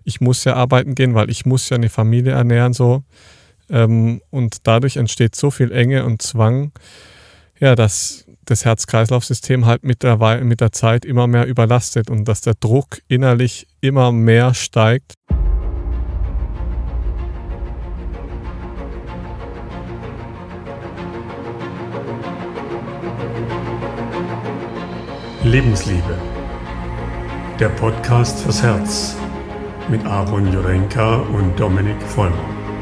ich muss ja arbeiten gehen, weil ich muss ja eine Familie ernähren so. Und dadurch entsteht so viel Enge und Zwang, ja, dass das Herz-Kreislauf-System halt mit der Zeit immer mehr überlastet und dass der Druck innerlich immer mehr steigt. Lebensliebe, der Podcast fürs Herz mit Aaron Jurenka und Dominik Vollmer.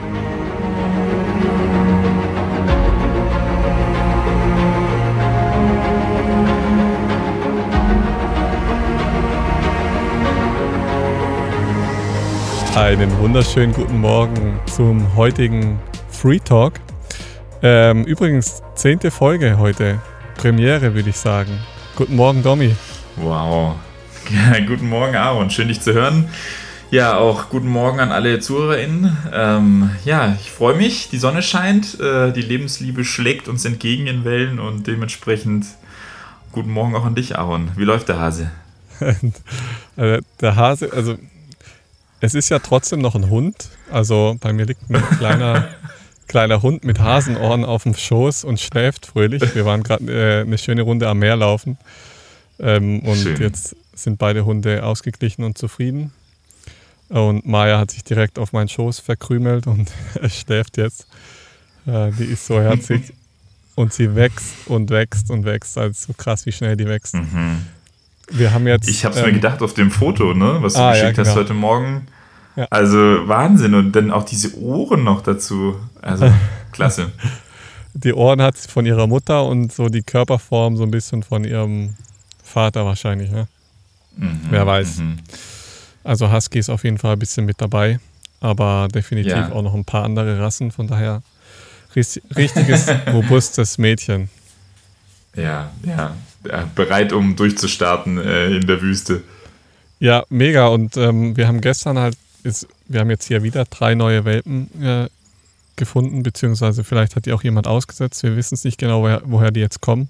Einen wunderschönen guten Morgen zum heutigen Free Talk. Übrigens 10. Folge heute, Premiere würde ich sagen. Guten Morgen, Domi. Wow. Ja, guten Morgen, Aaron. Schön, dich zu hören. Ja, auch guten Morgen an alle ZuhörerInnen. Ich freue mich. Die Sonne scheint. Die Lebensliebe schlägt uns entgegen in Wellen und dementsprechend guten Morgen auch an dich, Aaron. Wie läuft der Hase? Der Hase, also es ist ja trotzdem noch ein Hund. Also bei mir liegt ein kleiner Hund mit Hasenohren auf dem Schoß und schläft fröhlich. Wir waren gerade eine schöne Runde am Meer laufen. Und schön. Jetzt sind beide Hunde ausgeglichen und zufrieden. Und Maya hat sich direkt auf meinen Schoß verkrümelt und schläft jetzt. Die ist so herzig. Und sie wächst und wächst und wächst. Also so krass, wie schnell die wächst. Mhm. Wir haben jetzt, ich habe es mir gedacht auf dem Foto, ne, was du geschickt hast heute Morgen. Ja. Also Wahnsinn. Und dann auch diese Ohren noch dazu. Also klasse. Die Ohren hat sie von ihrer Mutter und so die Körperform so ein bisschen von ihrem Vater wahrscheinlich. Ne? Wer weiß. Also Husky ist auf jeden Fall ein bisschen mit dabei. Aber definitiv auch noch ein paar andere Rassen. Von daher richtiges, robustes Mädchen. Ja, bereit, um durchzustarten in der Wüste. Ja, mega. Und wir haben gestern wir haben jetzt hier wieder 3 neue Welpen gefunden, beziehungsweise vielleicht hat die auch jemand ausgesetzt. Wir wissen es nicht genau, woher die jetzt kommen.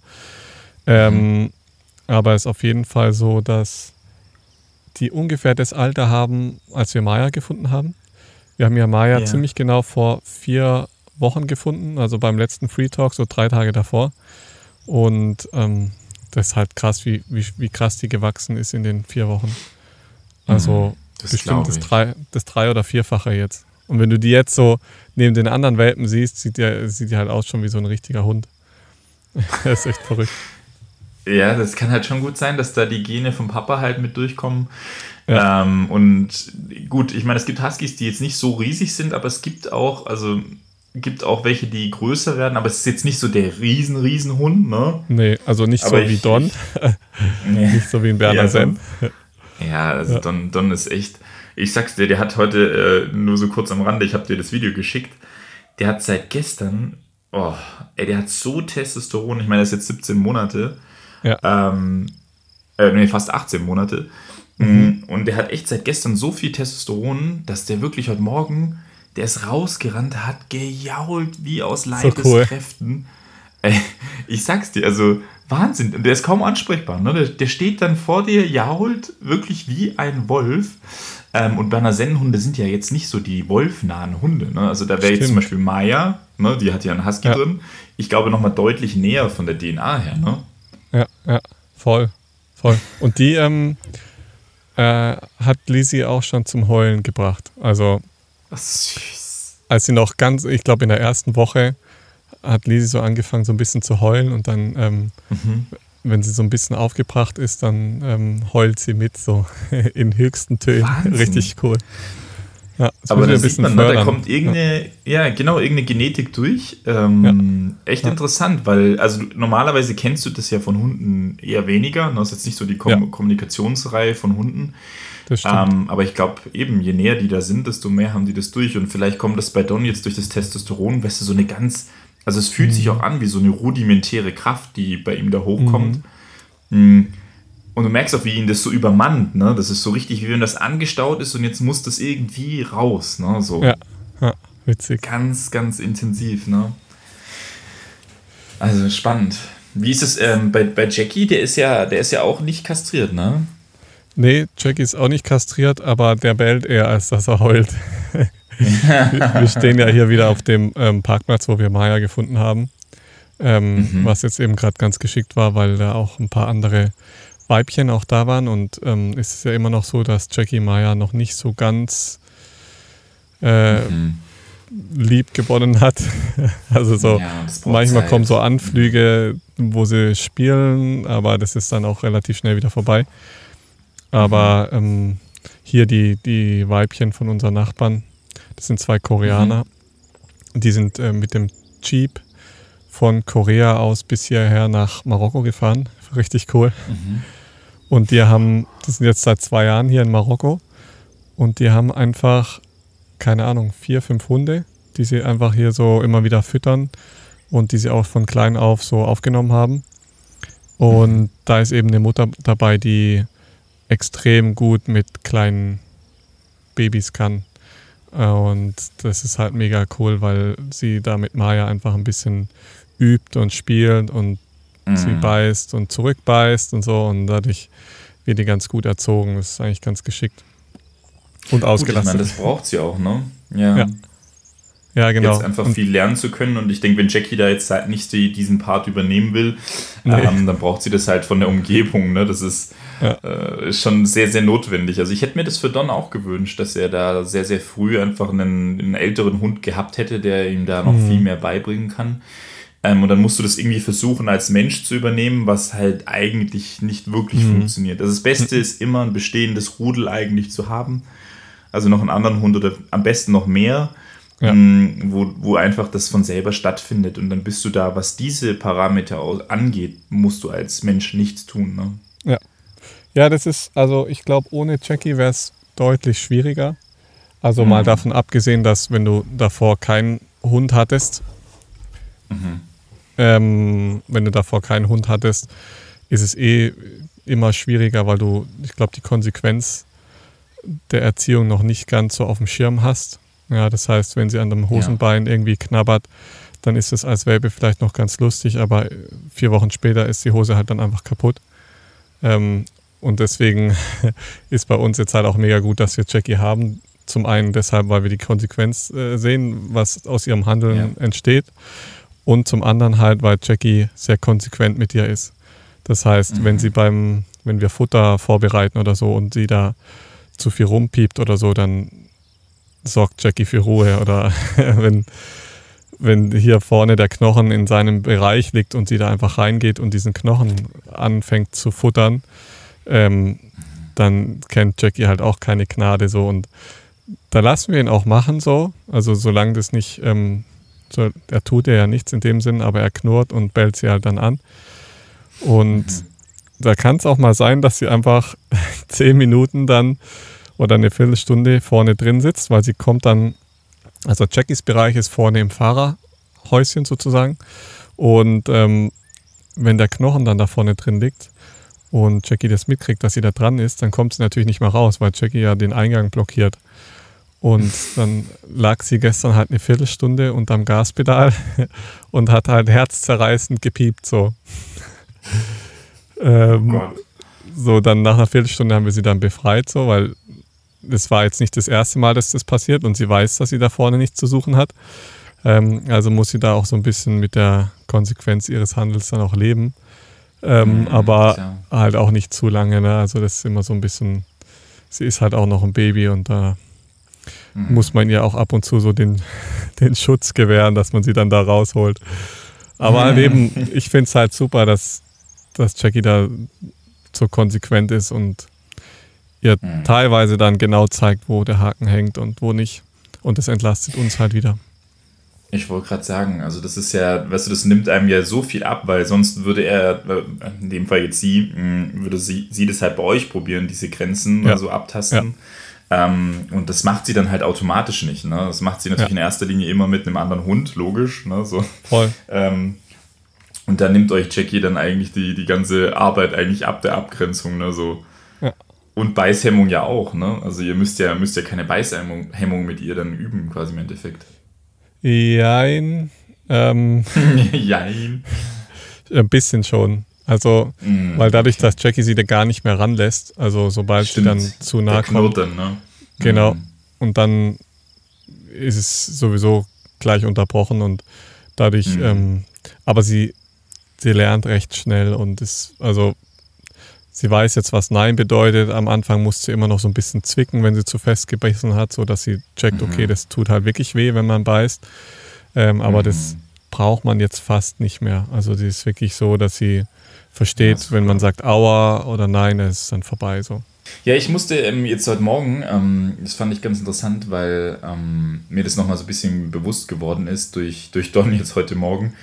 Aber es ist auf jeden Fall so, dass die ungefähr das Alter haben, als wir Maya gefunden haben. Wir haben ja Maya ziemlich genau vor 4 Wochen gefunden, also beim letzten Free Talk, so 3 Tage davor. Und das ist halt krass, wie krass die gewachsen ist in den 4 Wochen. Also bestimmt das 3- oder 4-fache jetzt. Und wenn du die jetzt so neben den anderen Welpen siehst, sieht die halt aus schon wie so ein richtiger Hund. Das ist echt verrückt. Ja, das kann halt schon gut sein, dass da die Gene vom Papa halt mit durchkommen. Ja. Und gut, ich meine, es gibt Huskies, die jetzt nicht so riesig sind, aber es gibt auch welche, die größer werden, aber es ist jetzt nicht so der Riesenhund, ne? Nee, also nicht aber so wie Don. Nicht so wie ein Berner Senn. Ja, also Don ist echt, ich sag's dir, der hat heute, nur so kurz am Rande, ich habe dir das Video geschickt, der hat seit gestern, der hat so Testosteron, ich meine, das ist jetzt 17 Monate, fast 18 Monate, und der hat echt seit gestern so viel Testosteron, dass der wirklich heute Morgen, der ist rausgerannt, hat gejault wie aus Leibeskräften. So cool. Ich sag's dir, also Wahnsinn. Und der ist kaum ansprechbar. Ne? Der steht dann vor dir, jault wirklich wie ein Wolf. Und Berner Sennenhunde sind ja jetzt nicht so die wolfnahen Hunde. Ne? Also da wäre jetzt zum Beispiel Maya, ne? Die hat ja einen Husky drin. Ich glaube nochmal deutlich näher von der DNA her. Ne? Ja, voll. Und die hat Lizzie auch schon zum Heulen gebracht. Also süß. Als sie noch ich glaube in der ersten Woche hat Lizzie so angefangen so ein bisschen zu heulen und dann, wenn sie so ein bisschen aufgebracht ist, dann heult sie mit so in höchsten Tönen. Wahnsinn. Richtig cool. Ja, aber da sieht man, da kommt irgendeine Genetik durch. Echt interessant, weil also normalerweise kennst du das ja von Hunden eher weniger. Das ist jetzt nicht so die Kommunikationsreihe von Hunden. Das stimmt. Aber ich glaube eben, je näher die da sind, desto mehr haben die das durch. Und vielleicht kommt das bei Don jetzt durch das Testosteron, weißt du, so eine also es fühlt sich auch an wie so eine rudimentäre Kraft, die bei ihm da hochkommt. Und du merkst auch, wie ihn das so übermannt, ne? Das ist so richtig, wie wenn das angestaut ist und jetzt muss das irgendwie raus, ne? So. Ja, witzig. Ganz, ganz intensiv, ne? Also spannend. Wie ist es bei Jackie? Der ist ja auch nicht kastriert, ne? Nee, Jackie ist auch nicht kastriert, aber der bellt eher, als dass er heult. Wir stehen ja hier wieder auf dem Parkplatz, wo wir Maya gefunden haben. Was jetzt eben gerade ganz geschickt war, weil da auch ein paar andere Weibchen auch da waren. Und es ist ja immer noch so, dass Jackie Maya noch nicht so ganz lieb gewonnen hat. Also so manchmal kommen so Anflüge, wo sie spielen, aber das ist dann auch relativ schnell wieder vorbei. Aber hier die Weibchen von unseren Nachbarn, das sind 2 Koreaner, die sind mit dem Jeep von Korea aus bis hierher nach Marokko gefahren. Richtig cool. Und die sind jetzt seit 2 Jahren hier in Marokko und die haben einfach, keine Ahnung, 4, 5 Hunde, die sie einfach hier so immer wieder füttern und die sie auch von klein auf so aufgenommen haben. Und da ist eben eine Mutter dabei, die extrem gut mit kleinen Babys kann. Und das ist halt mega cool, weil sie da mit Maya einfach ein bisschen übt und spielt und sie beißt und zurückbeißt und so. Und dadurch wird die ganz gut erzogen. Das ist eigentlich ganz geschickt. Und ausgelassen. Ich meine, das braucht sie auch, ne? Ja, genau. Jetzt einfach viel lernen zu können. Und ich denke, wenn Jackie da jetzt halt nicht diesen Part übernehmen will, dann braucht sie das halt von der Umgebung. Ne? Das ist schon sehr, sehr notwendig. Also ich hätte mir das für Don auch gewünscht, dass er da sehr, sehr früh einfach einen älteren Hund gehabt hätte, der ihm da noch viel mehr beibringen kann. Und dann musst du das irgendwie versuchen, als Mensch zu übernehmen, was halt eigentlich nicht wirklich funktioniert. Also das Beste ist immer, ein bestehendes Rudel eigentlich zu haben. Also noch einen anderen Hund oder am besten noch mehr. Ja. Wo einfach das von selber stattfindet. Und dann bist du da, was diese Parameter angeht, musst du als Mensch nichts tun. Ne? Ja, das ist, also ich glaube, ohne Jackie wäre es deutlich schwieriger. Also mal davon abgesehen, dass wenn du davor keinen Hund hattest, ist es immer schwieriger, weil du, ich glaube, die Konsequenz der Erziehung noch nicht ganz so auf dem Schirm hast. Ja, das heißt, wenn sie an dem Hosenbein irgendwie knabbert, dann ist es als Welpe vielleicht noch ganz lustig, aber 4 Wochen später ist die Hose halt dann einfach kaputt. Und deswegen ist bei uns jetzt halt auch mega gut, dass wir Jackie haben. Zum einen deshalb, weil wir die Konsequenz sehen, was aus ihrem Handeln entsteht. Und zum anderen halt, weil Jackie sehr konsequent mit ihr ist. Das heißt, wenn wir Futter vorbereiten oder so und sie da zu viel rumpiept oder so, dann sorgt Jackie für Ruhe. Oder wenn hier vorne der Knochen in seinem Bereich liegt und sie da einfach reingeht und diesen Knochen anfängt zu futtern, dann kennt Jackie halt auch keine Gnade so. Und da lassen wir ihn auch machen so. Also solange das nicht, er tut ja nichts in dem Sinn, aber er knurrt und bellt sie halt dann an. Und da kann es auch mal sein, dass sie einfach 10 Minuten dann oder eine Viertelstunde vorne drin sitzt, weil sie kommt dann, also Jackies Bereich ist vorne im Fahrerhäuschen sozusagen. Und wenn der Knochen dann da vorne drin liegt und Jackie das mitkriegt, dass sie da dran ist, dann kommt sie natürlich nicht mehr raus, weil Jackie ja den Eingang blockiert. Und dann lag sie gestern halt eine Viertelstunde unterm Gaspedal und hat halt herzzerreißend gepiept so. So, dann nach einer Viertelstunde haben wir sie dann befreit, so, weil es war jetzt nicht das erste Mal, dass das passiert und sie weiß, dass sie da vorne nichts zu suchen hat. Also muss sie da auch so ein bisschen mit der Konsequenz ihres Handels dann auch leben. Aber halt auch nicht zu lange. Ne? Also das ist immer so ein bisschen, sie ist halt auch noch ein Baby und da muss man ihr auch ab und zu so den Schutz gewähren, dass man sie dann da rausholt. Aber halt eben, ich finde es halt super, dass Jackie da so konsequent ist und ihr teilweise dann genau zeigt, wo der Haken hängt und wo nicht. Und das entlastet uns halt wieder. Ich wollte gerade sagen, also das ist ja, weißt du, das nimmt einem ja so viel ab, weil sonst würde er, in dem Fall jetzt würde sie das halt bei euch probieren, diese Grenzen so abtasten. Ja. Und das macht sie dann halt automatisch nicht. Ne? Das macht sie natürlich in erster Linie immer mit einem anderen Hund, logisch. Ne? So. Voll. Und da nimmt euch Jackie dann eigentlich die ganze Arbeit eigentlich ab der Abgrenzung. Ne? So. Ja. Und Beißhemmung ja auch. Ne? Also ihr müsst ja keine Beißhemmung mit ihr dann üben, quasi im Endeffekt. Jein. Jein. Ein bisschen schon. Also, weil dadurch, dass Jackie sie da gar nicht mehr ranlässt, also sobald sie dann zu nah kommt. Dann, ne? Genau. Und dann ist es sowieso gleich unterbrochen und dadurch, aber sie lernt recht schnell und sie weiß jetzt, was Nein bedeutet. Am Anfang musste sie immer noch so ein bisschen zwicken, wenn sie zu fest gebissen hat, sodass sie checkt, okay, das tut halt wirklich weh, wenn man beißt. Aber das braucht man jetzt fast nicht mehr. Also sie ist wirklich so, dass sie versteht, wenn man sagt Aua oder Nein, dann ist es dann vorbei so. Ja, ich musste jetzt heute Morgen, das fand ich ganz interessant, weil mir das nochmal so ein bisschen bewusst geworden ist durch Don jetzt heute Morgen,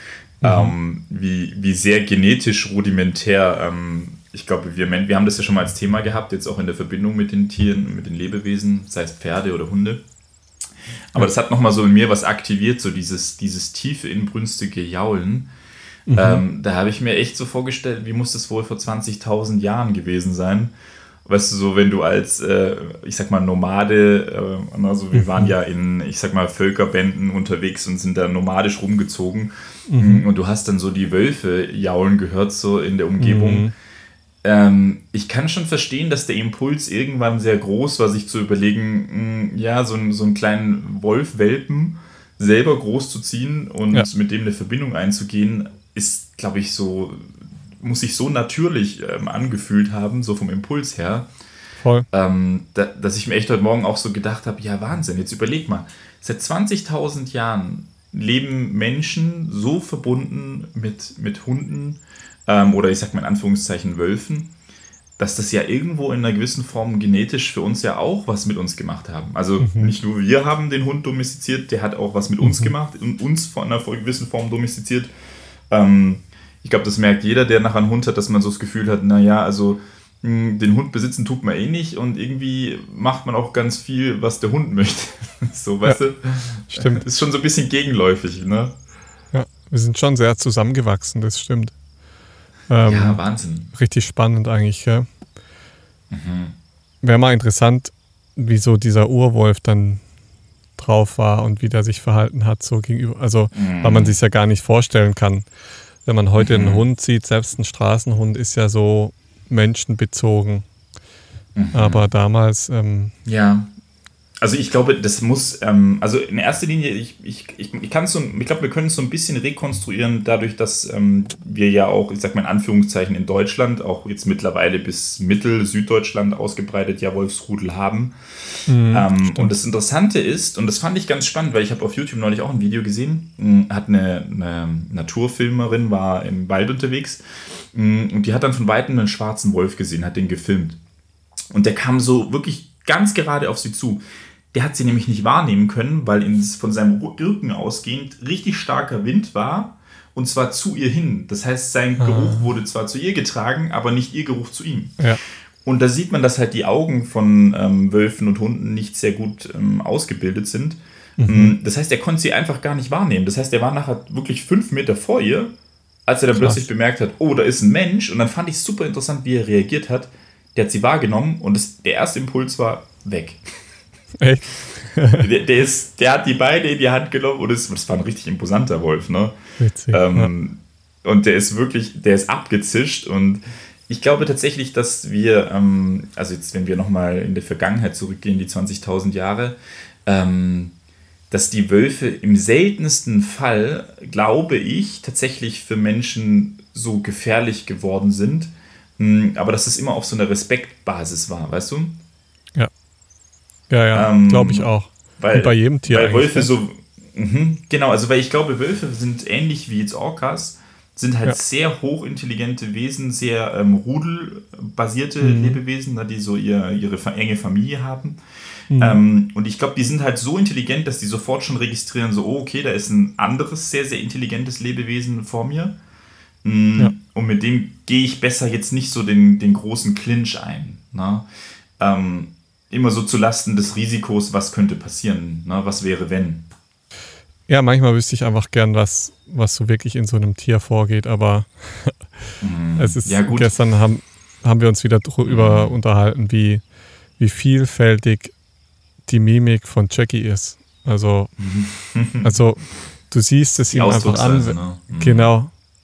wie sehr genetisch rudimentär, ich glaube, wir haben das ja schon mal als Thema gehabt, jetzt auch in der Verbindung mit den Tieren, mit den Lebewesen, sei es Pferde oder Hunde. Aber das hat nochmal so in mir was aktiviert, so dieses tiefe, inbrünstige Jaulen. Da habe ich mir echt so vorgestellt, wie muss das wohl vor 20.000 Jahren gewesen sein? Weißt du, so wenn du als, ich sag mal, Nomade, also wir waren ja in, ich sag mal, Völkerbänden unterwegs und sind da nomadisch rumgezogen und du hast dann so die Wölfe jaulen gehört, so in der Umgebung. Ich kann schon verstehen, dass der Impuls irgendwann sehr groß war, sich zu überlegen, so einen kleinen Wolf-Welpen selber groß zu ziehen und mit dem eine Verbindung einzugehen, ist, glaube ich, muss sich so natürlich angefühlt haben, so vom Impuls her, voll. Dass ich mir echt heute Morgen auch so gedacht habe, ja Wahnsinn, jetzt überleg mal, seit 20.000 Jahren leben Menschen so verbunden mit Hunden oder ich sag mal in Anführungszeichen Wölfen, dass das ja irgendwo in einer gewissen Form genetisch für uns ja auch was mit uns gemacht haben. Also nicht nur wir haben den Hund domestiziert, der hat auch was mit uns gemacht und uns von einer gewissen Form domestiziert. Ich glaube, das merkt jeder, der nachher einen Hund hat, dass man so das Gefühl hat, naja, also den Hund besitzen tut man eh nicht und irgendwie macht man auch ganz viel, was der Hund möchte. So, weißt du? Stimmt. Ist schon so ein bisschen gegenläufig, ne? Ja, wir sind schon sehr zusammengewachsen, das stimmt. Ja, Wahnsinn. Richtig spannend eigentlich, gell? Wäre mal interessant, wieso dieser Urwolf dann drauf war und wie der sich verhalten hat, so gegenüber. Also, weil man sich ja gar nicht vorstellen kann. Wenn man heute einen Hund sieht, selbst ein Straßenhund ist ja so menschenbezogen. Aber damals... ja, also ich glaube, das muss, also in erster Linie, ich glaube, wir können es so ein bisschen rekonstruieren, dadurch, dass wir ja auch, ich sag mal in Anführungszeichen in Deutschland, auch jetzt mittlerweile bis Süddeutschland ausgebreitet, ja Wolfsrudel haben. Und das Interessante ist, und das fand ich ganz spannend, weil ich habe auf YouTube neulich auch ein Video gesehen, hat eine Naturfilmerin, war im Wald unterwegs und die hat dann von Weitem einen schwarzen Wolf gesehen, hat den gefilmt. Und der kam so wirklich ganz gerade auf sie zu. Der hat sie nämlich nicht wahrnehmen können, weil von seinem Rücken ausgehend richtig starker Wind war und zwar zu ihr hin. Das heißt, sein Geruch wurde zwar zu ihr getragen, aber nicht ihr Geruch zu ihm. Ja. Und da sieht man, dass halt die Augen von Wölfen und Hunden nicht sehr gut ausgebildet sind. Das heißt, er konnte sie einfach gar nicht wahrnehmen. Das heißt, er war nachher wirklich 5 Meter vor ihr, als er dann plötzlich bemerkt hat, oh, da ist ein Mensch. Und dann fand ich es super interessant, wie er reagiert hat. Der hat sie wahrgenommen und der erste Impuls war weg. Echt? Der hat die Beine in die Hand genommen und das war ein richtig imposanter Wolf, ne? Witzig. Und der ist abgezischt und ich glaube tatsächlich, dass wir, also jetzt, wenn wir nochmal in der Vergangenheit zurückgehen, die 20.000 Jahre, dass die Wölfe im seltensten Fall, glaube ich, tatsächlich für Menschen so gefährlich geworden sind, aber dass es immer auf so einer Respektbasis war, weißt du? Ja, glaube ich auch. Und bei jedem Tier weil Wölfe so, genau, also weil ich glaube, Wölfe sind ähnlich wie jetzt Orcas, sind halt sehr hochintelligente Wesen, sehr rudelbasierte Lebewesen, die so ihre enge Familie haben. Und ich glaube, die sind halt so intelligent, dass die sofort schon registrieren, so, oh, okay, da ist ein anderes, sehr, sehr intelligentes Lebewesen vor mir. Und mit dem gehe ich besser jetzt nicht so den großen Clinch ein. Ne? Immer so zulasten des Risikos, was könnte passieren, ne? Was wäre, wenn. Ja, manchmal wüsste ich einfach gern, was so wirklich in so einem Tier vorgeht, aber es ist, gestern haben wir uns wieder darüber unterhalten, wie vielfältig die Mimik von Jackie ist. Also du siehst es ihm einfach an. Ne? Genau.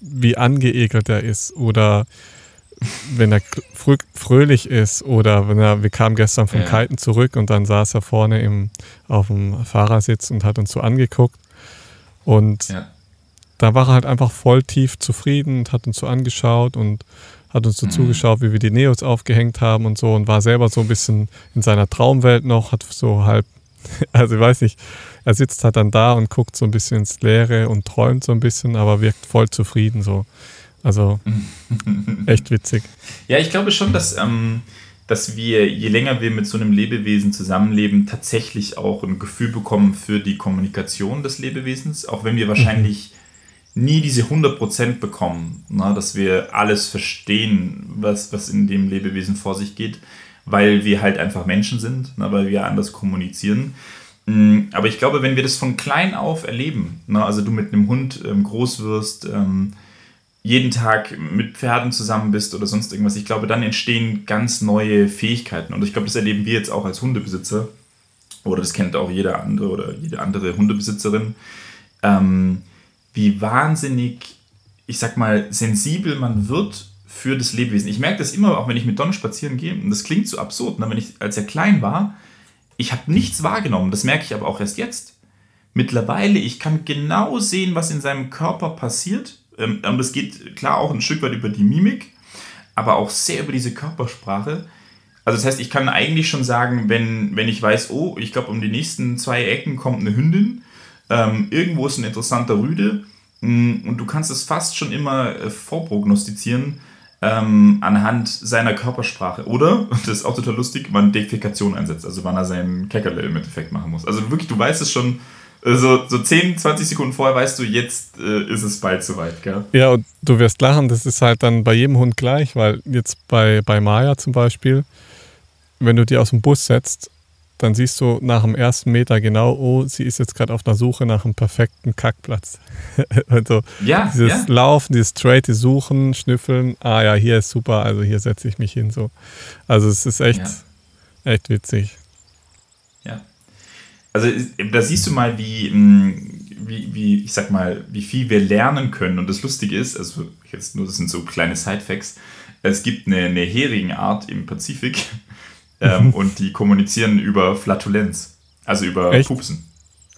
wie angeekelt er ist oder wenn er fröhlich ist oder wir kamen gestern vom Kiten zurück und dann saß er vorne auf dem Fahrersitz und hat uns so angeguckt und da war er halt einfach voll tief zufrieden und hat uns so angeschaut und hat uns so zugeschaut, wie wir die Neos aufgehängt haben und so und war selber so ein bisschen in seiner Traumwelt noch, hat so halb, also ich weiß nicht, er sitzt halt dann da und guckt so ein bisschen ins Leere und träumt so ein bisschen, aber wirkt voll zufrieden so. Also echt witzig. Ja, ich glaube schon, dass wir, je länger wir mit so einem Lebewesen zusammenleben, tatsächlich auch ein Gefühl bekommen für die Kommunikation des Lebewesens, auch wenn wir wahrscheinlich nie diese 100% bekommen, dass wir alles verstehen, was in dem Lebewesen vor sich geht, weil wir halt einfach Menschen sind, weil wir anders kommunizieren. Aber ich glaube, wenn wir das von klein auf erleben, also du mit einem Hund groß wirst, jeden Tag mit Pferden zusammen bist oder sonst irgendwas, ich glaube, dann entstehen ganz neue Fähigkeiten. Und ich glaube, das erleben wir jetzt auch als Hundebesitzer, oder das kennt auch jeder andere oder jede andere Hundebesitzerin, wie wahnsinnig, ich sag mal, sensibel man wird für das Lebewesen. Ich merke das immer, auch wenn ich mit Don spazieren gehe, und das klingt so absurd, als er klein war, ich habe nichts wahrgenommen, das merke ich aber auch erst jetzt. Mittlerweile, ich kann genau sehen, was in seinem Körper passiert. Und das geht klar auch ein Stück weit über die Mimik, aber auch sehr über diese Körpersprache. Also das heißt, ich kann eigentlich schon sagen, wenn ich weiß, oh, ich glaube, um die nächsten 2 Ecken kommt eine Hündin, irgendwo ist ein interessanter Rüde und du kannst es fast schon immer vorprognostizieren anhand seiner Körpersprache. Oder, das ist auch total lustig, wann Defekation einsetzt, also wann er seinen Käckerle im Endeffekt machen muss. Also wirklich, du weißt es schon, so 10, 20 Sekunden vorher weißt du, jetzt ist es bald soweit, gell? Ja, und du wirst lachen, das ist halt dann bei jedem Hund gleich, weil jetzt bei Maya zum Beispiel, wenn du die aus dem Bus setzt, dann siehst du nach dem ersten Meter genau, oh, sie ist jetzt gerade auf der Suche nach einem perfekten Kackplatz. Also dieses Laufen, dieses straight Suchen, Schnüffeln, ja, hier ist super, also hier setze ich mich hin. So. Also es ist echt witzig. Ja. Also da siehst du mal, wie ich sag mal, wie viel wir lernen können. Und das Lustige ist, also jetzt nur, das sind so kleine Side-Facts, es gibt eine Herigenart im Pazifik und die kommunizieren über Flatulenz, also über Pupsen.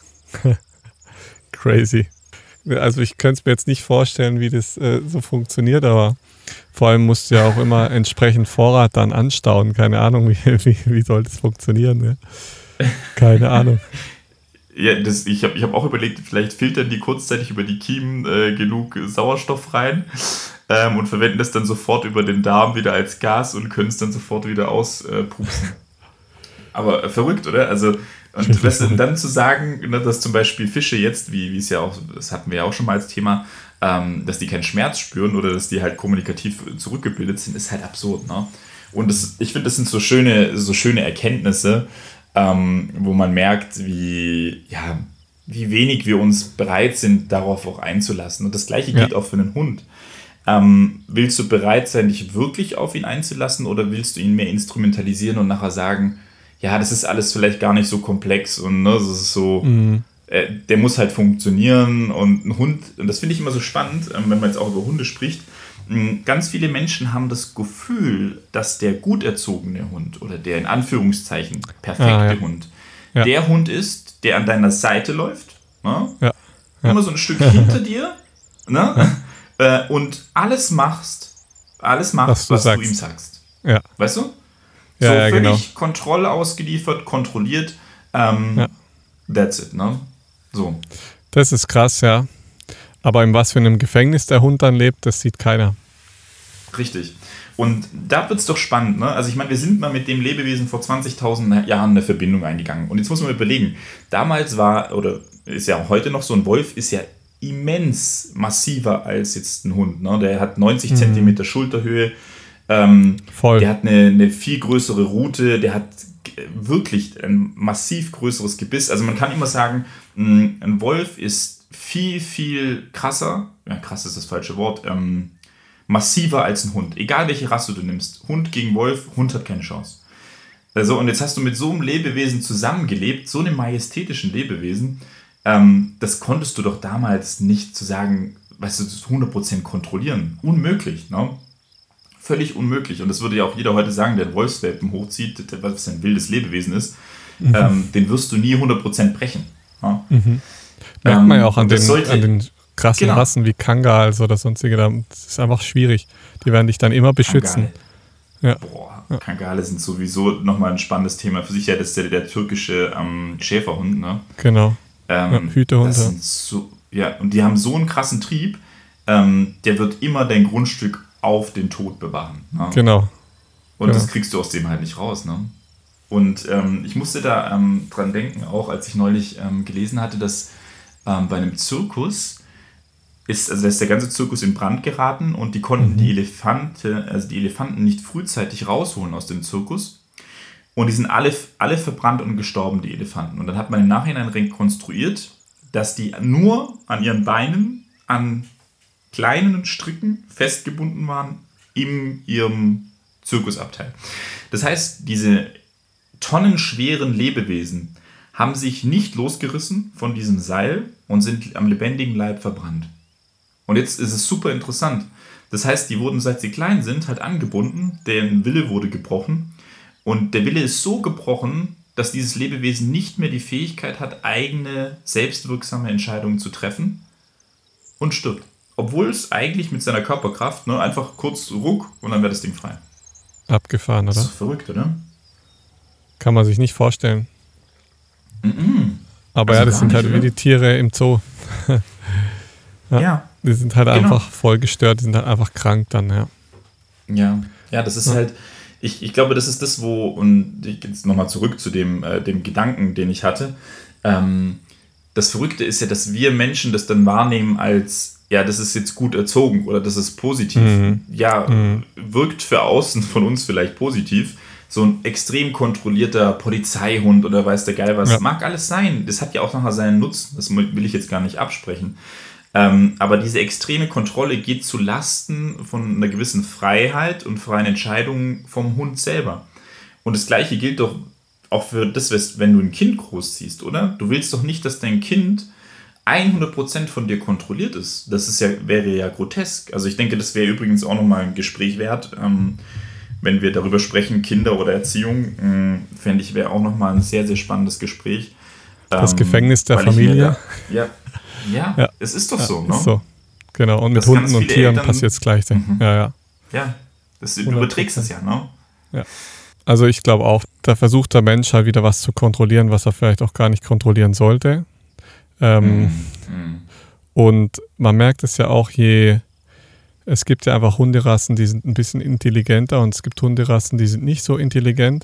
Crazy. Also ich könnte es mir jetzt nicht vorstellen, wie das so funktioniert, aber vor allem musst du ja auch immer entsprechend Vorrat dann anstauen. Keine Ahnung, wie soll das funktionieren, ne? Keine Ahnung. Ja, ich hab auch überlegt, vielleicht filtern die kurzzeitig über die Kiemen genug Sauerstoff rein und verwenden das dann sofort über den Darm wieder als Gas und können es dann sofort wieder auspupsen. Aber verrückt, oder? Also, und dann zu sagen, dass zum Beispiel Fische jetzt, wie es ja auch, das hatten wir ja auch schon mal als Thema, dass die keinen Schmerz spüren oder dass die halt kommunikativ zurückgebildet sind, ist halt absurd, ne? Und ich finde, das sind so schöne Erkenntnisse, wo man merkt, wie wenig wir uns bereit sind, darauf auch einzulassen. Und das Gleiche gilt auch für einen Hund. Willst du bereit sein, dich wirklich auf ihn einzulassen oder willst du ihn mehr instrumentalisieren und nachher sagen, ja, das ist alles vielleicht gar nicht so komplex und das ist so, der muss halt funktionieren und ein Hund, und das finde ich immer so spannend, wenn man jetzt auch über Hunde spricht, ganz viele Menschen haben das Gefühl, dass der gut erzogene Hund oder der in Anführungszeichen perfekte Hund der Hund ist, der an deiner Seite läuft, ne? Immer so ein Stück hinter dir, ne? Und alles macht, was du ihm sagst. Ja. Weißt du? So völlig Kontrolle ausgeliefert, kontrolliert. That's it, ne? So. Das ist krass, ja. Aber in was für einem Gefängnis der Hund dann lebt, das sieht keiner. Richtig. Und da wird es doch spannend, ne? Also ich meine, wir sind mal mit dem Lebewesen vor 20.000 Jahren eine Verbindung eingegangen. Und jetzt muss man überlegen, damals war, oder ist ja auch heute noch so, ein Wolf ist ja immens massiver als jetzt ein Hund, ne? Der hat 90 Zentimeter Schulterhöhe, der hat eine viel größere Rute, der hat wirklich ein massiv größeres Gebiss. Also man kann immer sagen, ein Wolf ist viel, viel krasser, krass ist das falsche Wort, massiver als ein Hund. Egal welche Rasse du nimmst, Hund gegen Wolf, Hund hat keine Chance. Also, und jetzt hast du mit so einem Lebewesen zusammengelebt, so einem majestätischen Lebewesen, das konntest du doch damals nicht zu sagen, weißt du, 100% kontrollieren. Unmöglich, ne? Völlig unmöglich. Und das würde ja auch jeder heute sagen, der einen Wolfswelpen hochzieht, was ein wildes Lebewesen ist, den wirst du nie 100% brechen. Ja? Merkt man ja auch an den krassen Rassen wie Kangals oder sonstige. Das ist einfach schwierig. Die werden dich dann immer beschützen. Kangale sind sowieso nochmal ein spannendes Thema für sich. Ja, das ist ja der türkische Schäferhund. Ne? Genau. Hütehunde. Und die haben so einen krassen Trieb, der wird immer dein Grundstück auf den Tod bewahren. Ne? Genau. Und das kriegst du aus dem halt nicht raus. Ne? Und ich musste da dran denken, auch als ich neulich gelesen hatte, dass bei einem Zirkus ist der ganze Zirkus in Brand geraten und die konnten die Elefanten nicht frühzeitig rausholen aus dem Zirkus. Und die sind alle verbrannt und gestorben, die Elefanten. Und dann hat man im Nachhinein rekonstruiert, dass die nur an ihren Beinen an kleinen Stricken festgebunden waren in ihrem Zirkusabteil. Das heißt, diese tonnenschweren Lebewesen haben sich nicht losgerissen von diesem Seil und sind am lebendigen Leib verbrannt. Und jetzt ist es super interessant. Das heißt, die wurden, seit sie klein sind, halt angebunden, deren Wille wurde gebrochen. Und der Wille ist so gebrochen, dass dieses Lebewesen nicht mehr die Fähigkeit hat, eigene, selbstwirksame Entscheidungen zu treffen und stirbt. Obwohl es eigentlich mit seiner Körperkraft einfach kurz ruck und dann wäre das Ding frei. Abgefahren, oder? Das ist verrückt, oder? Kann man sich nicht vorstellen. Aber also das sind halt wie die Tiere im Zoo. Ja. Die sind halt einfach voll gestört, die sind halt einfach krank dann, Ja, das ist halt, ich glaube, das ist das, und ich gehe jetzt nochmal zurück zu dem Gedanken, den ich hatte. Das Verrückte ist ja, dass wir Menschen das dann wahrnehmen als, das ist jetzt gut erzogen oder das ist positiv. Wirkt für außen von uns vielleicht positiv. So ein extrem kontrollierter Polizeihund oder weiß der Geil was. Mag alles sein. Das hat ja auch nachher seinen Nutzen. Das will ich jetzt gar nicht absprechen. Aber diese extreme Kontrolle geht zu Lasten von einer gewissen Freiheit und freien Entscheidungen vom Hund selber. Und das Gleiche gilt doch auch für das, wenn du ein Kind großziehst, oder? Du willst doch nicht, dass dein Kind 100% von dir kontrolliert ist. Das wäre ja grotesk. Also ich denke, das wäre übrigens auch nochmal ein Gespräch wert, wenn wir darüber sprechen, Kinder oder Erziehung, fände ich, wäre auch nochmal ein sehr, sehr spannendes Gespräch. Das Gefängnis der Familie. Ja, es ist doch so, ne? Ist so. Genau, und mit Hunden und Tieren passiert das Gleiche. Ja, du überträgst das ja, ne? Ja. Also ich glaube auch, da versucht der Mensch halt wieder was zu kontrollieren, was er vielleicht auch gar nicht kontrollieren sollte. Und man merkt es ja auch, es gibt ja einfach Hunderassen, die sind ein bisschen intelligenter und es gibt Hunderassen, die sind nicht so intelligent.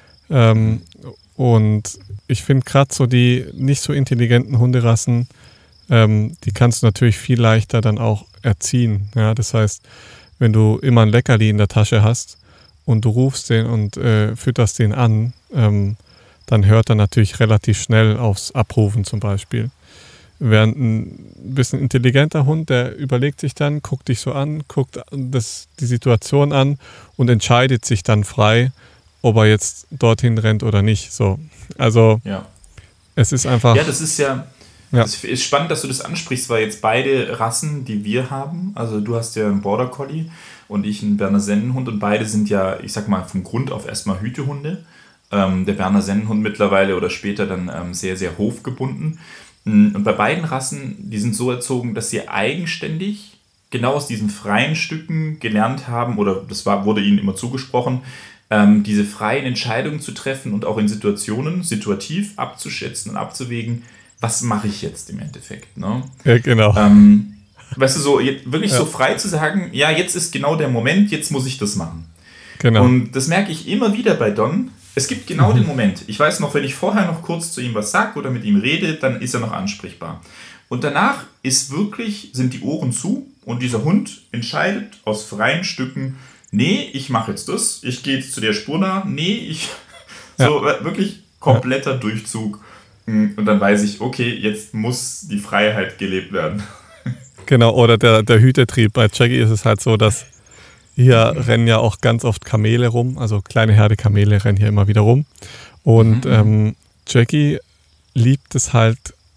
Und ich finde gerade so die nicht so intelligenten Hunderassen, die kannst du natürlich viel leichter dann auch erziehen. Ja? Das heißt, wenn du immer ein Leckerli in der Tasche hast und du rufst den und fütterst den an, dann hört er natürlich relativ schnell aufs Abrufen zum Beispiel. Während ein bisschen intelligenter Hund, der überlegt sich dann, guckt dich so an, guckt die Situation an und entscheidet sich dann frei, ob er jetzt dorthin rennt oder nicht. So. Also es ist einfach... Ja, das ist das ist spannend, dass du das ansprichst, weil jetzt beide Rassen, die wir haben, also du hast ja einen Border Collie und ich einen Berner Sennenhund und beide sind ja, ich sag mal, vom Grund auf erstmal Hütehunde. Der Berner Sennenhund mittlerweile oder später dann sehr, sehr hofgebunden. Und bei beiden Rassen, die sind so erzogen, dass sie eigenständig genau aus diesen freien Stücken gelernt haben, oder wurde ihnen immer zugesprochen, diese freien Entscheidungen zu treffen und auch in Situationen situativ abzuschätzen und abzuwägen, was mache ich jetzt im Endeffekt. Ne? Ja, genau. Weißt du, so wirklich so frei zu sagen, ja, jetzt ist genau der Moment, jetzt muss ich das machen. Genau. Und das merke ich immer wieder bei Don. Es gibt genau den Moment. Ich weiß noch, wenn ich vorher noch kurz zu ihm was sage oder mit ihm rede, dann ist er noch ansprechbar. Und danach sind die Ohren zu und dieser Hund entscheidet aus freien Stücken, nee, ich mache jetzt das, ich gehe jetzt zu der Spur nach, so wirklich kompletter Durchzug. Und dann weiß ich, okay, jetzt muss die Freiheit gelebt werden. Genau, oder der Hütetrieb. Bei Jackie ist es halt so, dass hier rennen ja auch ganz oft Kamele rum, also kleine Herde Kamele rennen hier immer wieder rum. Und Jackie liebt es halt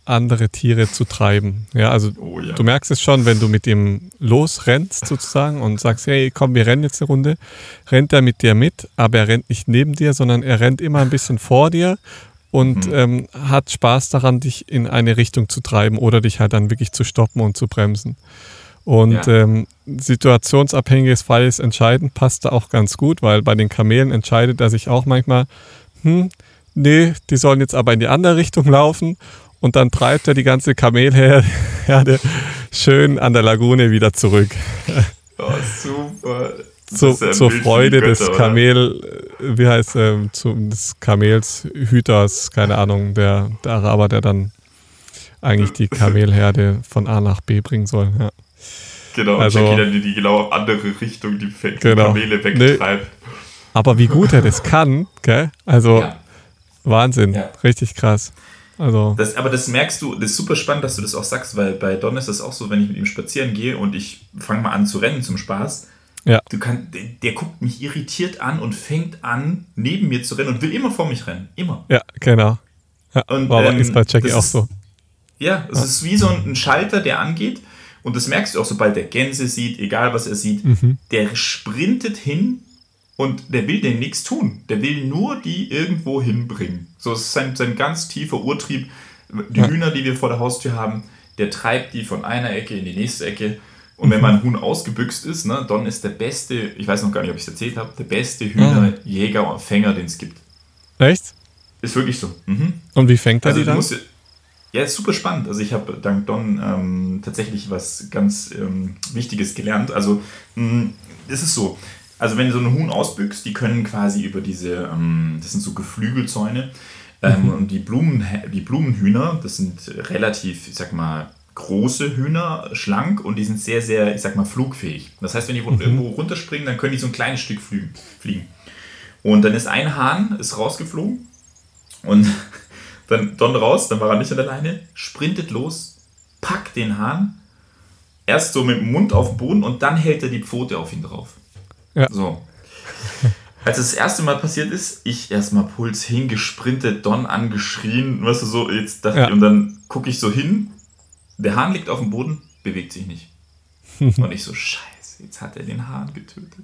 andere Tiere zu treiben. Ja, also du merkst es schon, wenn du mit ihm losrennst sozusagen und sagst, hey, komm, wir rennen jetzt eine Runde, rennt er mit dir mit, aber er rennt nicht neben dir, sondern er rennt immer ein bisschen vor dir und hat Spaß daran, dich in eine Richtung zu treiben oder dich halt dann wirklich zu stoppen und zu bremsen. Und situationsabhängiges freies Entscheiden passt da auch ganz gut, weil bei den Kamelen entscheidet er sich auch manchmal, nee, die sollen jetzt aber in die andere Richtung laufen und dann treibt er die ganze Kamelherde schön an der Lagune wieder zurück. Oh, super. Zur Freude des des Kamels Hüters, keine Ahnung, der Araber, der dann eigentlich die Kamelherde von A nach B bringen soll. Ja. Genau, also, Jackie dann in die genau andere Richtung die Kamele wegtreibt. Nee. Aber wie gut er das kann, gell? Also Wahnsinn, richtig krass. Also. Aber das merkst du, das ist super spannend, dass du das auch sagst, weil bei Don ist das auch so, wenn ich mit ihm spazieren gehe und ich fange mal an zu rennen zum Spaß, der guckt mich irritiert an und fängt an, neben mir zu rennen und will immer vor mich rennen. Immer. Ja, genau. Ja, und, ist bei Jackie auch so. Ja, es ist wie so ein Schalter, der angeht. Und das merkst du auch, sobald der Gänse sieht, egal was er sieht, der sprintet hin und der will denen nichts tun. Der will nur die irgendwo hinbringen. So ist sein ganz tiefer Urtrieb. Die Hühner, die wir vor der Haustür haben, der treibt die von einer Ecke in die nächste Ecke. Und wenn mein Huhn ausgebüxt ist, ne, Don ist der beste, ich weiß noch gar nicht, ob ich es erzählt habe, der beste Hühnerjäger und Fänger, den es gibt. Echt? Ist wirklich so. Und wie fängt er die dann? Ja, ist super spannend. Also ich habe dank Don tatsächlich was ganz Wichtiges gelernt. Also es ist so, also wenn du so ein Huhn ausbüchst, die können quasi über diese, das sind so Geflügelzäune, und die Blumenhühner, das sind relativ, ich sag mal, große Hühner, schlank und die sind sehr, sehr, ich sag mal, flugfähig. Das heißt, wenn die irgendwo runterspringen, dann können die so ein kleines Stück fliegen. Und dann ist ein Hahn rausgeflogen und dann Don raus, dann war er nicht an der Leine, sprintet los, packt den Hahn, erst so mit dem Mund auf den Boden und dann hält er die Pfote auf ihn drauf. Ja. So. Als das erste Mal passiert ist, ich erstmal Puls hingesprintet, Don angeschrien, weißt du, so, jetzt dachte ich, und dann gucke ich so hin, der Hahn liegt auf dem Boden, bewegt sich nicht. Und ich so, scheiße, jetzt hat er den Hahn getötet.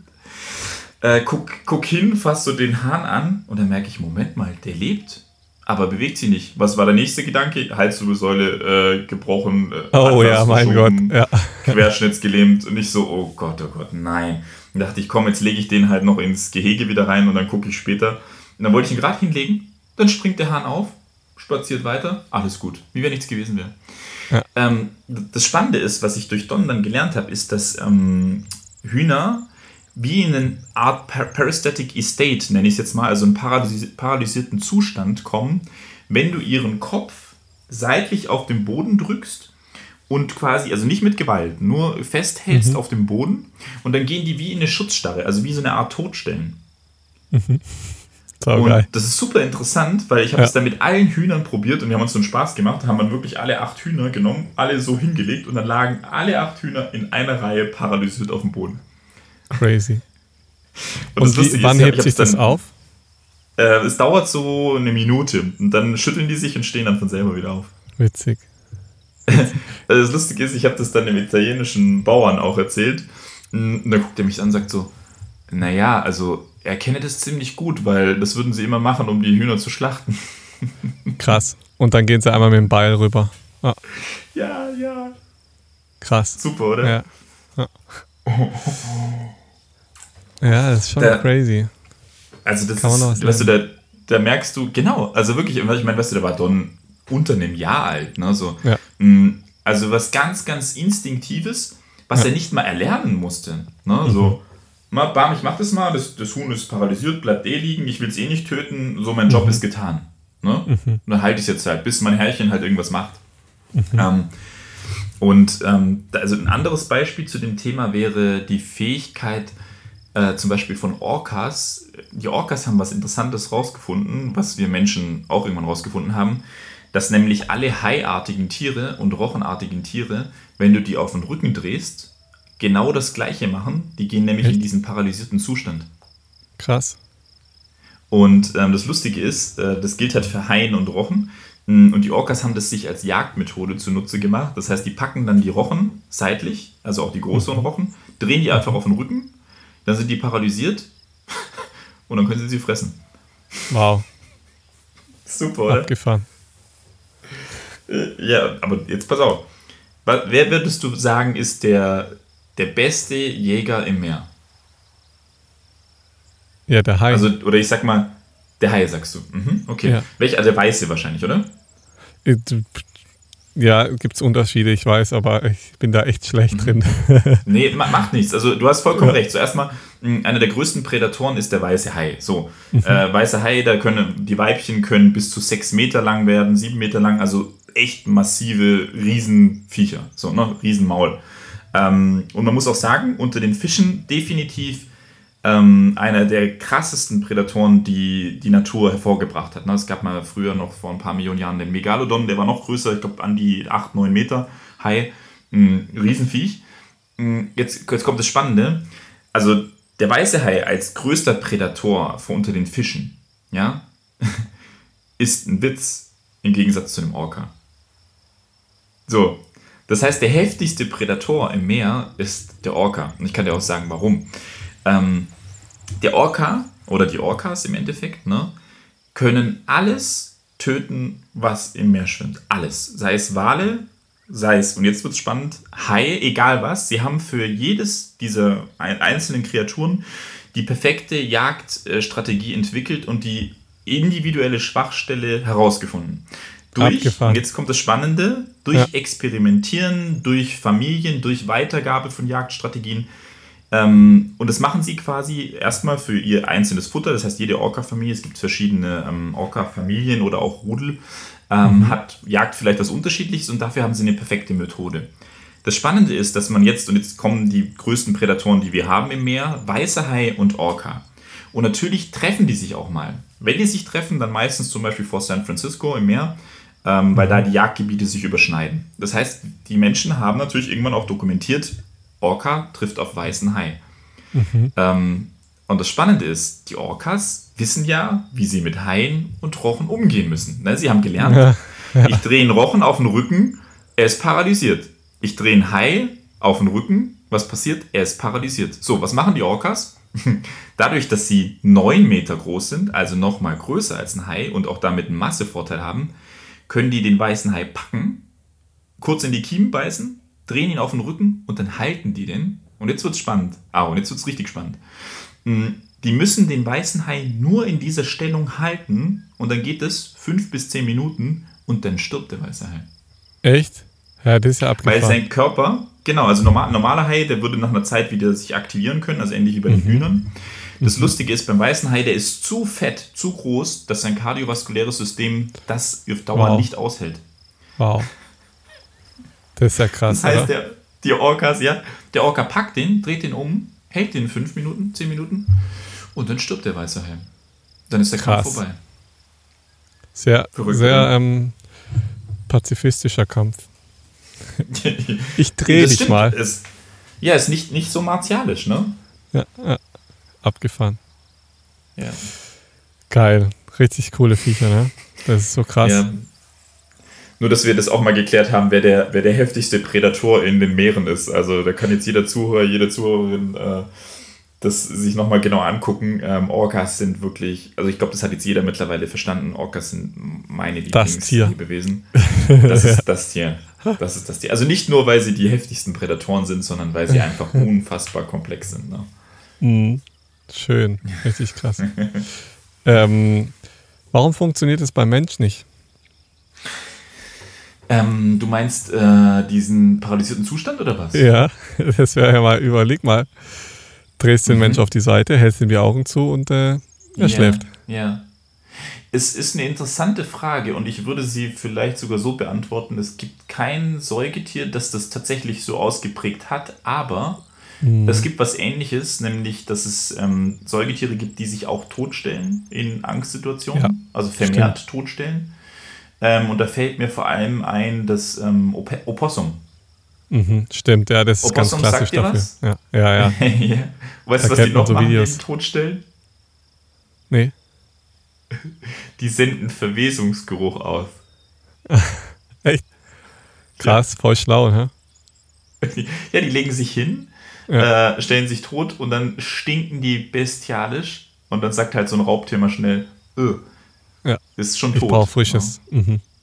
Guck hin, fass so den Hahn an und dann merke ich, Moment mal, der lebt, aber bewegt sich nicht. Was war der nächste Gedanke? Halswirbelsäule gebrochen, oh ja, mein Gott, ja. Querschnittsgelähmt und ich so, oh Gott, nein. Und dachte ich, komm, jetzt lege ich den halt noch ins Gehege wieder rein und dann gucke ich später. Und dann wollte ich ihn gerade hinlegen, dann springt der Hahn auf, spaziert weiter, alles gut, wie wenn nichts gewesen wäre. Ja. Das Spannende ist, was ich durch Don dann gelernt habe, ist, dass Hühner wie in eine Art Parastatic Estate, nenne ich es jetzt mal, also einen paralysierten Zustand kommen, wenn du ihren Kopf seitlich auf den Boden drückst und quasi, also nicht mit Gewalt, nur festhältst auf dem Boden und dann gehen die wie in eine Schutzstarre, also wie so eine Art Totstellen. Und das ist super interessant, weil ich habe es dann mit allen Hühnern probiert und wir haben uns so einen Spaß gemacht, da haben wir wirklich alle 8 Hühner genommen, alle so hingelegt und dann lagen alle 8 Hühner in einer Reihe paralysiert auf dem Boden. Crazy. Und wann hebt sich das auf? Es dauert so eine Minute und dann schütteln die sich und stehen dann von selber wieder auf. Witzig. Also das Lustige ist, ich habe das dann dem italienischen Bauern auch erzählt und dann guckt er mich an und sagt so, naja, also er kenne das ziemlich gut, weil das würden sie immer machen, um die Hühner zu schlachten. Krass. Und dann gehen sie einmal mit dem Beil rüber. Ah. Ja. Krass. Super, oder? Ja. Ja, das ist schon crazy. Also das ist, weißt du, da merkst du, genau, also wirklich, ich meine, weißt du, da war Don unter einem Jahr alt, ne, so. Ja. Also was ganz, ganz Instinktives, was er nicht mal erlernen musste, ne, so. Bam, ich mach das mal, das Huhn ist paralysiert, bleibt liegen, ich will es nicht töten, so mein Job ist getan. Ne? Und dann halte ich es jetzt halt, bis mein Herrchen halt irgendwas macht. Also ein anderes Beispiel zu dem Thema wäre die Fähigkeit zum Beispiel von Orcas. Die Orcas haben was Interessantes rausgefunden, was wir Menschen auch irgendwann rausgefunden haben, dass nämlich alle haiartigen Tiere und rochenartigen Tiere, wenn du die auf den Rücken drehst, genau das Gleiche machen. Die gehen nämlich in diesen paralysierten Zustand. Krass. Und das Lustige ist, das gilt halt für Haien und Rochen. Und die Orcas haben das sich als Jagdmethode zunutze gemacht. Das heißt, die packen dann die Rochen seitlich, also auch die größeren Rochen, drehen die einfach auf den Rücken, dann sind die paralysiert und dann können sie fressen. Wow. Super, oder? Abgefahren. Ja, aber jetzt pass auf. Wer würdest du sagen, ist der beste Jäger im Meer? Ja, der Hai. Also, oder ich sag mal, der Hai, sagst du. Okay. Ja. Welcher? Also der Weiße wahrscheinlich, oder? Ja, gibt es Unterschiede, ich weiß, aber ich bin da echt schlecht drin. Nee, macht nichts. Also du hast vollkommen recht. Zuerst mal, einer der größten Prädatoren ist der weiße Hai. So, weiße Hai, die Weibchen können bis zu 6 Meter lang werden, 7 Meter lang, also echt massive Riesenviecher. So, ne? Riesenmaul. Und man muss auch sagen, unter den Fischen definitiv einer der krassesten Prädatoren, die die Natur hervorgebracht hat. Es gab mal früher noch vor ein paar Millionen Jahren den Megalodon, der war noch größer, ich glaube an die 8-9 Meter Hai, Riesenviech. Jetzt kommt das Spannende, also der weiße Hai als größter Prädator unter den Fischen, ja, ist ein Witz im Gegensatz zu einem Orca. So, das heißt, der heftigste Prädator im Meer ist der Orca. Und ich kann dir auch sagen, warum. Der Orca oder die Orcas im Endeffekt, ne, können alles töten, was im Meer schwimmt. Alles. Sei es Wale, sei es, und jetzt wird es spannend, Hai, egal was. Sie haben für jedes dieser einzelnen Kreaturen die perfekte Jagdstrategie entwickelt und die individuelle Schwachstelle herausgefunden. Und jetzt kommt das Spannende, durch Experimentieren, durch Familien, durch Weitergabe von Jagdstrategien. Und das machen sie quasi erstmal für ihr einzelnes Futter. Das heißt, jede Orca-Familie, es gibt verschiedene Orca-Familien oder auch Rudel, jagt vielleicht was Unterschiedliches und dafür haben sie eine perfekte Methode. Das Spannende ist, dass man jetzt kommen die größten Prädatoren, die wir haben im Meer, weiße Hai und Orca. Und natürlich treffen die sich auch mal. Wenn die sich treffen, dann meistens zum Beispiel vor San Francisco im Meer, weil da die Jagdgebiete sich überschneiden. Das heißt, die Menschen haben natürlich irgendwann auch dokumentiert, Orca trifft auf weißen Hai. Und das Spannende ist, die Orcas wissen ja, wie sie mit Haien und Rochen umgehen müssen. Ne? Sie haben gelernt, ich drehe einen Rochen auf den Rücken, er ist paralysiert. Ich drehe einen Hai auf den Rücken, was passiert? Er ist paralysiert. So, was machen die Orcas? Dadurch, dass sie 9 Meter groß sind, also nochmal größer als ein Hai und auch damit einen Massevorteil haben, können die den weißen Hai packen, kurz in die Kiemen beißen, drehen ihn auf den Rücken und dann halten die den. Und jetzt wird es spannend. Und jetzt wird es richtig spannend. Die müssen den weißen Hai nur in dieser Stellung halten und dann geht es 5 bis 10 Minuten und dann stirbt der weiße Hai. Echt? Ja, das ist ja abgefahren. Weil sein Körper, genau, also normaler Hai, der würde nach einer Zeit wieder sich aktivieren können, also ähnlich wie bei den Hühnern. Das Lustige ist, beim weißen Hai, der ist zu fett, zu groß, dass sein kardiovaskuläres System das auf Dauer nicht aushält. Wow. Das ist ja krass, das heißt, die Orcas, der Orca packt den, dreht den um, hält den 5 Minuten, 10 Minuten und dann stirbt der weiße Hai. Dann ist der Kampf vorbei. Sehr, verrückt, sehr pazifistischer Kampf. Ich drehe dich mal. Ist nicht so martialisch, ne? Ja, abgefahren. Ja. Geil. Richtig coole Viecher, ne? Das ist so krass. Ja. Nur, dass wir das auch mal geklärt haben, wer der heftigste Prädator in den Meeren ist. Also da kann jetzt jeder Zuhörer, jede Zuhörerin das sich nochmal genau angucken. Orcas sind wirklich, also ich glaube, das hat jetzt jeder mittlerweile verstanden. Orcas sind meine Lieblingslebewesen. Das ist das Tier. Das ist das Tier. Also nicht nur, weil sie die heftigsten Prädatoren sind, sondern weil sie einfach unfassbar komplex sind. Ne? Schön, richtig krass. Warum funktioniert es beim Mensch nicht? Du meinst diesen paralysierten Zustand oder was? Ja, das wäre ja mal, überleg mal. Drehst den Mensch auf die Seite, hältst ihm die Augen zu und er schläft. Ja. Es ist eine interessante Frage und ich würde sie vielleicht sogar so beantworten, es gibt kein Säugetier, das das tatsächlich so ausgeprägt hat, aber es gibt was Ähnliches, nämlich, dass es Säugetiere gibt, die sich auch totstellen in Angstsituationen, also vermehrt totstellen. Und da fällt mir vor allem ein, das Opossum. Stimmt, ja, das ist Opossum, ganz klassisch dafür. Was? Ja. Ja. Weißt du, was die noch machen, die totstellen? Nee. Die senden Verwesungsgeruch aus. Echt? Krass, ja. Voll schlau, ne? Ja, die legen sich hin, stellen sich tot und dann stinken die bestialisch und dann sagt halt so ein Raubtier mal schnell, ist schon tot. Ich brauche Frisches. Ja.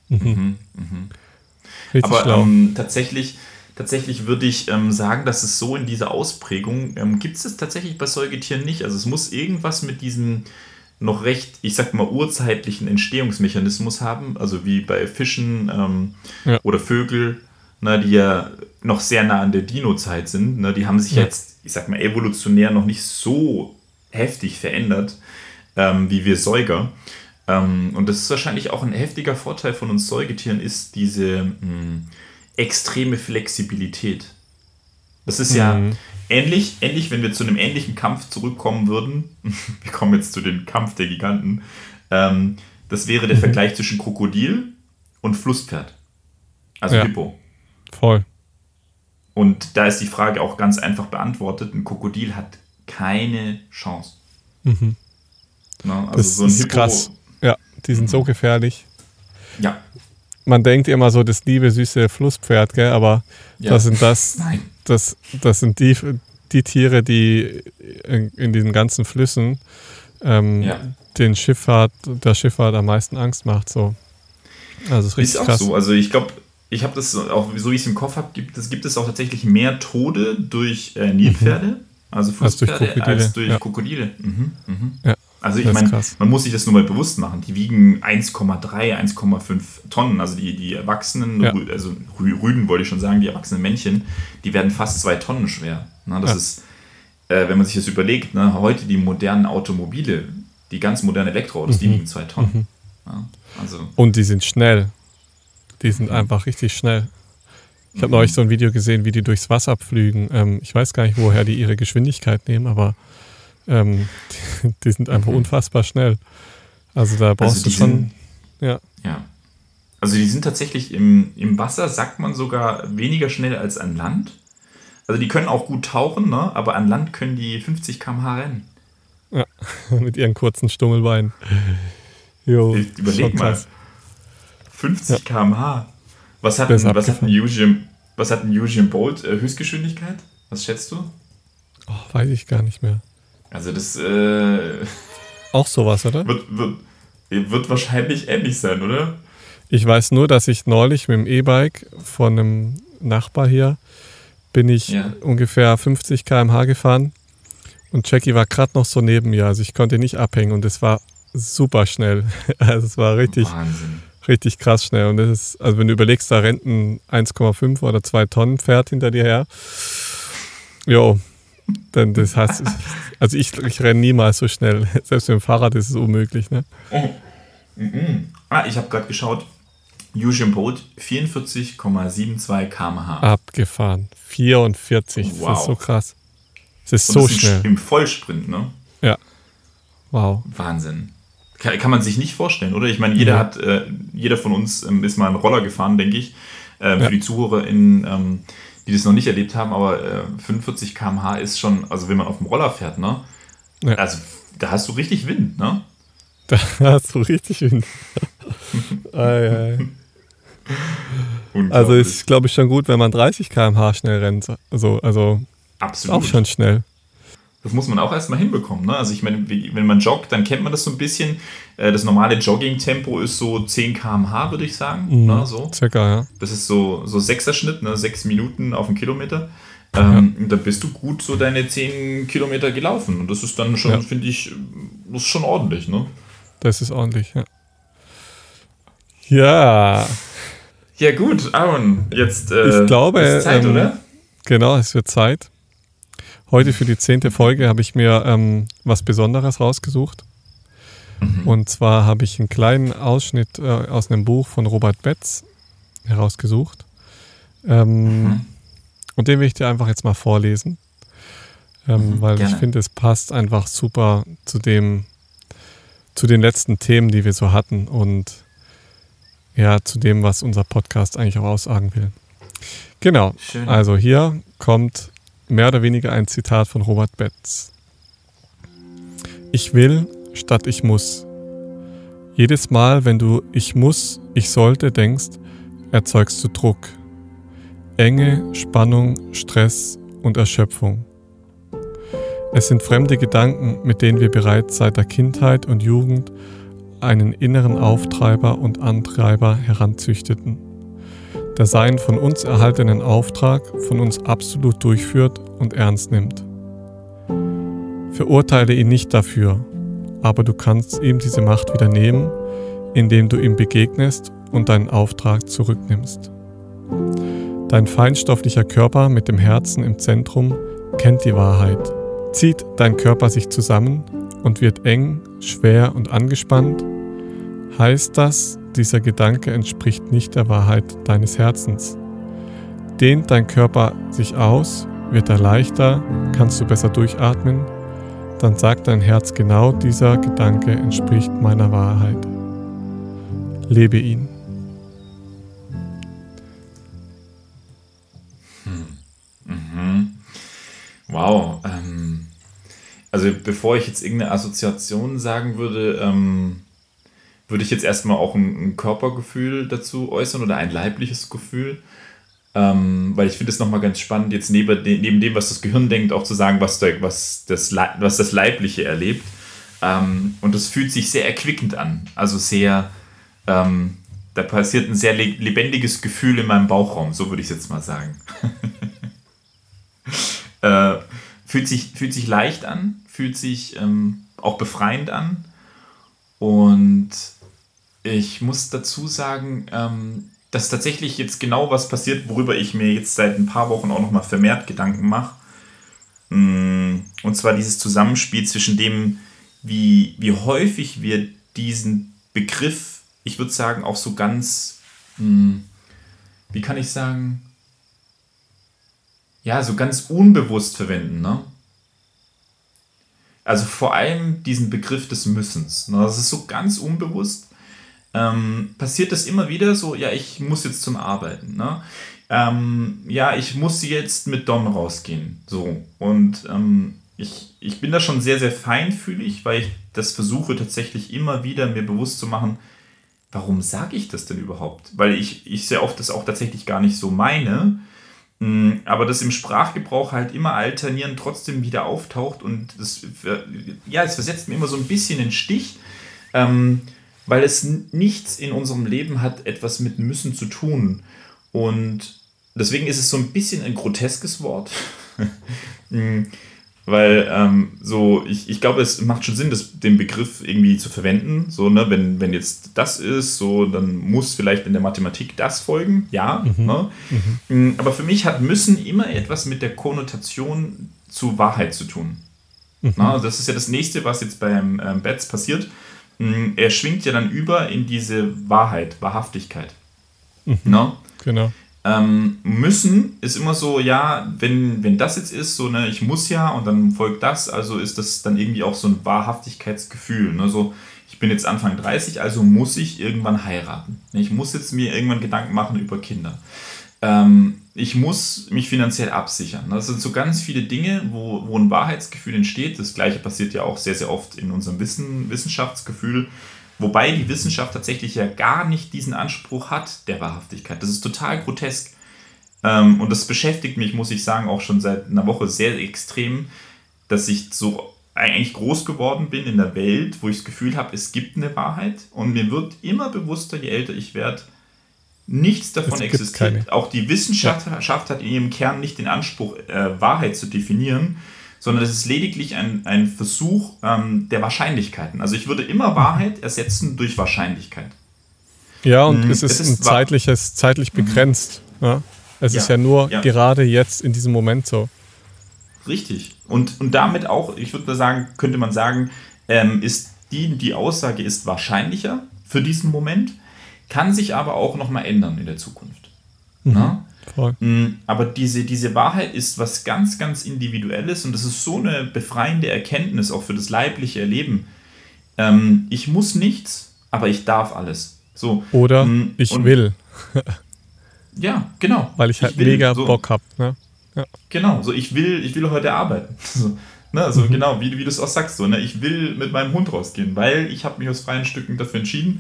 Aber schlau. Tatsächlich würde ich sagen, dass es so in dieser Ausprägung gibt es tatsächlich bei Säugetieren nicht. Also es muss irgendwas mit diesem noch recht, ich sag mal, urzeitlichen Entstehungsmechanismus haben, also wie bei Fischen oder Vögel, die ja noch sehr nah an der Dino-Zeit sind. Die haben sich jetzt, ich sag mal, evolutionär noch nicht so heftig verändert wie wir Säuger. Und das ist wahrscheinlich auch ein heftiger Vorteil von uns Säugetieren, ist diese extreme Flexibilität. Das ist ja ähnlich, wenn wir zu einem ähnlichen Kampf zurückkommen würden. Wir kommen jetzt zu dem Kampf der Giganten. Das wäre der Vergleich zwischen Krokodil und Flusspferd. Also Hippo. Voll. Und da ist die Frage auch ganz einfach beantwortet. Ein Krokodil hat keine Chance. Also das so ein ist Hippo, krass. Ja, die sind so gefährlich. Ja. Man denkt immer so, das liebe, süße Flusspferd, gell? Aber das sind die Tiere, die in diesen ganzen Flüssen der Schifffahrt am meisten Angst macht. So. Also ist richtig krass. Ist auch so. Also ich glaube, ich habe das auch, so wie ich es im Kopf habe, gibt es auch tatsächlich mehr Tode durch Nilpferde, also Flusspferde, als durch Krokodile. Ja. Also ich meine, man muss sich das nur mal bewusst machen. Die wiegen 1,3, 1,5 Tonnen. Also die Erwachsenen, also Rüden wollte ich schon sagen, die erwachsenen Männchen, die werden fast 2 Tonnen schwer. Das ist, wenn man sich das überlegt, heute die modernen Automobile, die ganz modernen Elektroautos, die wiegen 2 Tonnen. Ja, also. Und die sind schnell. Die sind einfach richtig schnell. Ich habe neulich so ein Video gesehen, wie die durchs Wasser pflügen. Ich weiß gar nicht, woher die ihre Geschwindigkeit nehmen, aber die sind einfach unfassbar schnell. Also da brauchst du schon... Ja. Also die sind tatsächlich im Wasser, sagt man, sogar weniger schnell als an Land. Also die können auch gut tauchen, aber an Land können die 50 km/h rennen. Ja, mit ihren kurzen Stummelbeinen. Jo, überleg mal. 50 km/h. Was hat ein Usain Bolt Höchstgeschwindigkeit? Was schätzt du? Oh, weiß ich gar nicht mehr. Also das auch sowas, oder? Wird wahrscheinlich ähnlich sein, oder? Ich weiß nur, dass ich neulich mit dem E-Bike von einem Nachbar hier bin ich ungefähr 50 km/h gefahren und Jackie war gerade noch so neben mir, also ich konnte nicht abhängen und es war super schnell. Also es war richtig krass schnell und das ist, also wenn du überlegst, da rennt ein 1,5 oder 2 Tonnen Pferd hinter dir her. Jo. Denn das heißt, also ich renne niemals so schnell. Selbst mit dem Fahrrad ist es unmöglich. Ne? Ich habe gerade geschaut. Usain Bolt 44,72 km/h. Abgefahren. 44. Wow. Das ist so krass. Das ist so schnell. Im Vollsprint, ne? Ja. Wow. Wahnsinn. Kann man sich nicht vorstellen, oder? Ich meine, jeder von uns ist mal einen Roller gefahren, denke ich. Für die ZuhörerInnen, die das noch nicht erlebt haben, aber 45 km/h ist schon, also wenn man auf dem Roller fährt, ne? Ja. Also da hast du richtig Wind, ne? Da hast du richtig Wind. Also ist, glaube ich, schon gut, wenn man 30 km/h schnell rennt. Also absolut. Auch schon schnell. Das muss man auch erstmal hinbekommen, ne? Also ich meine, wenn man joggt, dann kennt man das so ein bisschen. Das normale Jogging-Tempo ist so 10 km/h, würde ich sagen. Ne? So. Circa, ja. Das ist so 6er-Schnitt, ne? 6 Minuten auf den Kilometer. Und da bist du gut so deine 10 Kilometer gelaufen. Und das ist dann schon, finde ich, das ist schon ordentlich, ne? Das ist ordentlich, ja. Ja. Ja gut, Aaron, jetzt ich glaube, ist Zeit, oder? Genau, es wird Zeit. Heute für die 10. Folge habe ich mir was Besonderes rausgesucht. Und zwar habe ich einen kleinen Ausschnitt aus einem Buch von Robert Betz herausgesucht. Und den will ich dir einfach jetzt mal vorlesen. Weil gerne. Ich finde, es passt einfach super zu den letzten Themen, die wir so hatten und ja, zu dem, was unser Podcast eigentlich auch aussagen will. Genau, schön. Also hier kommt mehr oder weniger ein Zitat von Robert Betz. Ich will, statt ich muss. Jedes Mal, wenn du ich muss, ich sollte denkst, erzeugst du Druck, Enge, Spannung, Stress und Erschöpfung. Es sind fremde Gedanken, mit denen wir bereits seit der Kindheit und Jugend einen inneren Auftreiber und Antreiber heranzüchteten, der seinen von uns erhaltenen Auftrag von uns absolut durchführt und ernst nimmt. Verurteile ihn nicht dafür, aber du kannst ihm diese Macht wieder nehmen, indem du ihm begegnest und deinen Auftrag zurücknimmst. Dein feinstofflicher Körper mit dem Herzen im Zentrum kennt die Wahrheit. Zieht dein Körper sich zusammen und wird eng, schwer und angespannt, heißt das, dieser Gedanke entspricht nicht der Wahrheit deines Herzens. Dehnt dein Körper sich aus, wird er leichter, kannst du besser durchatmen, dann sagt dein Herz genau, dieser Gedanke entspricht meiner Wahrheit. Lebe ihn. Wow. Also bevor ich jetzt irgendeine Assoziation sagen würde, würde ich jetzt erstmal auch ein Körpergefühl dazu äußern oder ein leibliches Gefühl. Weil ich finde es nochmal ganz spannend, jetzt neben dem, was das Gehirn denkt, auch zu sagen, was das Leibliche erlebt. Und das fühlt sich sehr erquickend an. Also sehr, da passiert ein sehr lebendiges Gefühl in meinem Bauchraum, so würde ich es jetzt mal sagen. Fühlt sich leicht an, fühlt sich auch befreiend an. Und ich muss dazu sagen, dass tatsächlich jetzt genau was passiert, worüber ich mir jetzt seit ein paar Wochen auch nochmal vermehrt Gedanken mache. Und zwar dieses Zusammenspiel zwischen dem, wie häufig wir diesen Begriff, ich würde sagen, auch so ganz, wie kann ich sagen, ja, so ganz unbewusst verwenden, ne? Also vor allem diesen Begriff des Müssens. Ne? Das ist so ganz unbewusst. Passiert das immer wieder so, ja, ich muss jetzt zum Arbeiten. Ne? Ja, ich muss jetzt mit Don rausgehen. So. Und ich bin da schon sehr, sehr feinfühlig, weil ich das versuche tatsächlich immer wieder mir bewusst zu machen, warum sage ich das denn überhaupt? Weil ich sehr oft das auch tatsächlich gar nicht so meine, aber das im Sprachgebrauch halt immer alternierend trotzdem wieder auftaucht und es versetzt mir immer so ein bisschen den Stich, weil es nichts in unserem Leben hat etwas mit müssen zu tun. Und deswegen ist es so ein bisschen ein groteskes Wort. Weil ich glaube, es macht schon Sinn, den Begriff irgendwie zu verwenden. So, ne, wenn jetzt das ist, so, dann muss vielleicht in der Mathematik das folgen. Ja. Ne? Aber für mich hat müssen immer etwas mit der Konnotation zu Wahrheit zu tun. Na, das ist ja das Nächste, was jetzt beim Betz passiert. Er schwingt ja dann über in diese Wahrheit, Wahrhaftigkeit. No? Genau. Müssen ist immer so, ja, wenn das jetzt ist, so, ne, ich muss ja und dann folgt das, also ist das dann irgendwie auch so ein Wahrhaftigkeitsgefühl. Ne? So, ich bin jetzt Anfang 30, also muss ich irgendwann heiraten. Ich muss jetzt mir irgendwann Gedanken machen über Kinder. Ich muss mich finanziell absichern. Das sind so ganz viele Dinge, wo ein Wahrheitsgefühl entsteht. Das Gleiche passiert ja auch sehr, sehr oft in unserem Wissenschaftsgefühl. Wobei die Wissenschaft tatsächlich ja gar nicht diesen Anspruch hat, der Wahrhaftigkeit. Das ist total grotesk. Und das beschäftigt mich, muss ich sagen, auch schon seit einer Woche sehr extrem, dass ich so eigentlich groß geworden bin in der Welt, wo ich das Gefühl habe, es gibt eine Wahrheit. Und mir wird immer bewusster, je älter ich werde, nichts davon existiert. Keine. Auch die Wissenschaft hat in ihrem Kern nicht den Anspruch, Wahrheit zu definieren, sondern es ist lediglich ein Versuch der Wahrscheinlichkeiten. Also ich würde immer Wahrheit ersetzen durch Wahrscheinlichkeit. Ja, und es ist zeitlich begrenzt. Ja? Es ist ja nur gerade jetzt in diesem Moment so. Richtig. Und damit auch, ich würde mal sagen, könnte man sagen, ist die Aussage ist wahrscheinlicher für diesen Moment, kann sich aber auch nochmal ändern in der Zukunft. Voll. Aber diese Wahrheit ist was ganz, ganz Individuelles und das ist so eine befreiende Erkenntnis auch für das leibliche Erleben. Ich muss nichts, aber ich darf alles. So. Oder ich will. Ja, genau. Weil ich halt mega Bock habe. Ne? Ja. Genau, so ich will heute arbeiten. So. Ne, also genau, wie du es auch sagst, so, ne? Ich will mit meinem Hund rausgehen, weil ich habe mich aus freien Stücken dafür entschieden.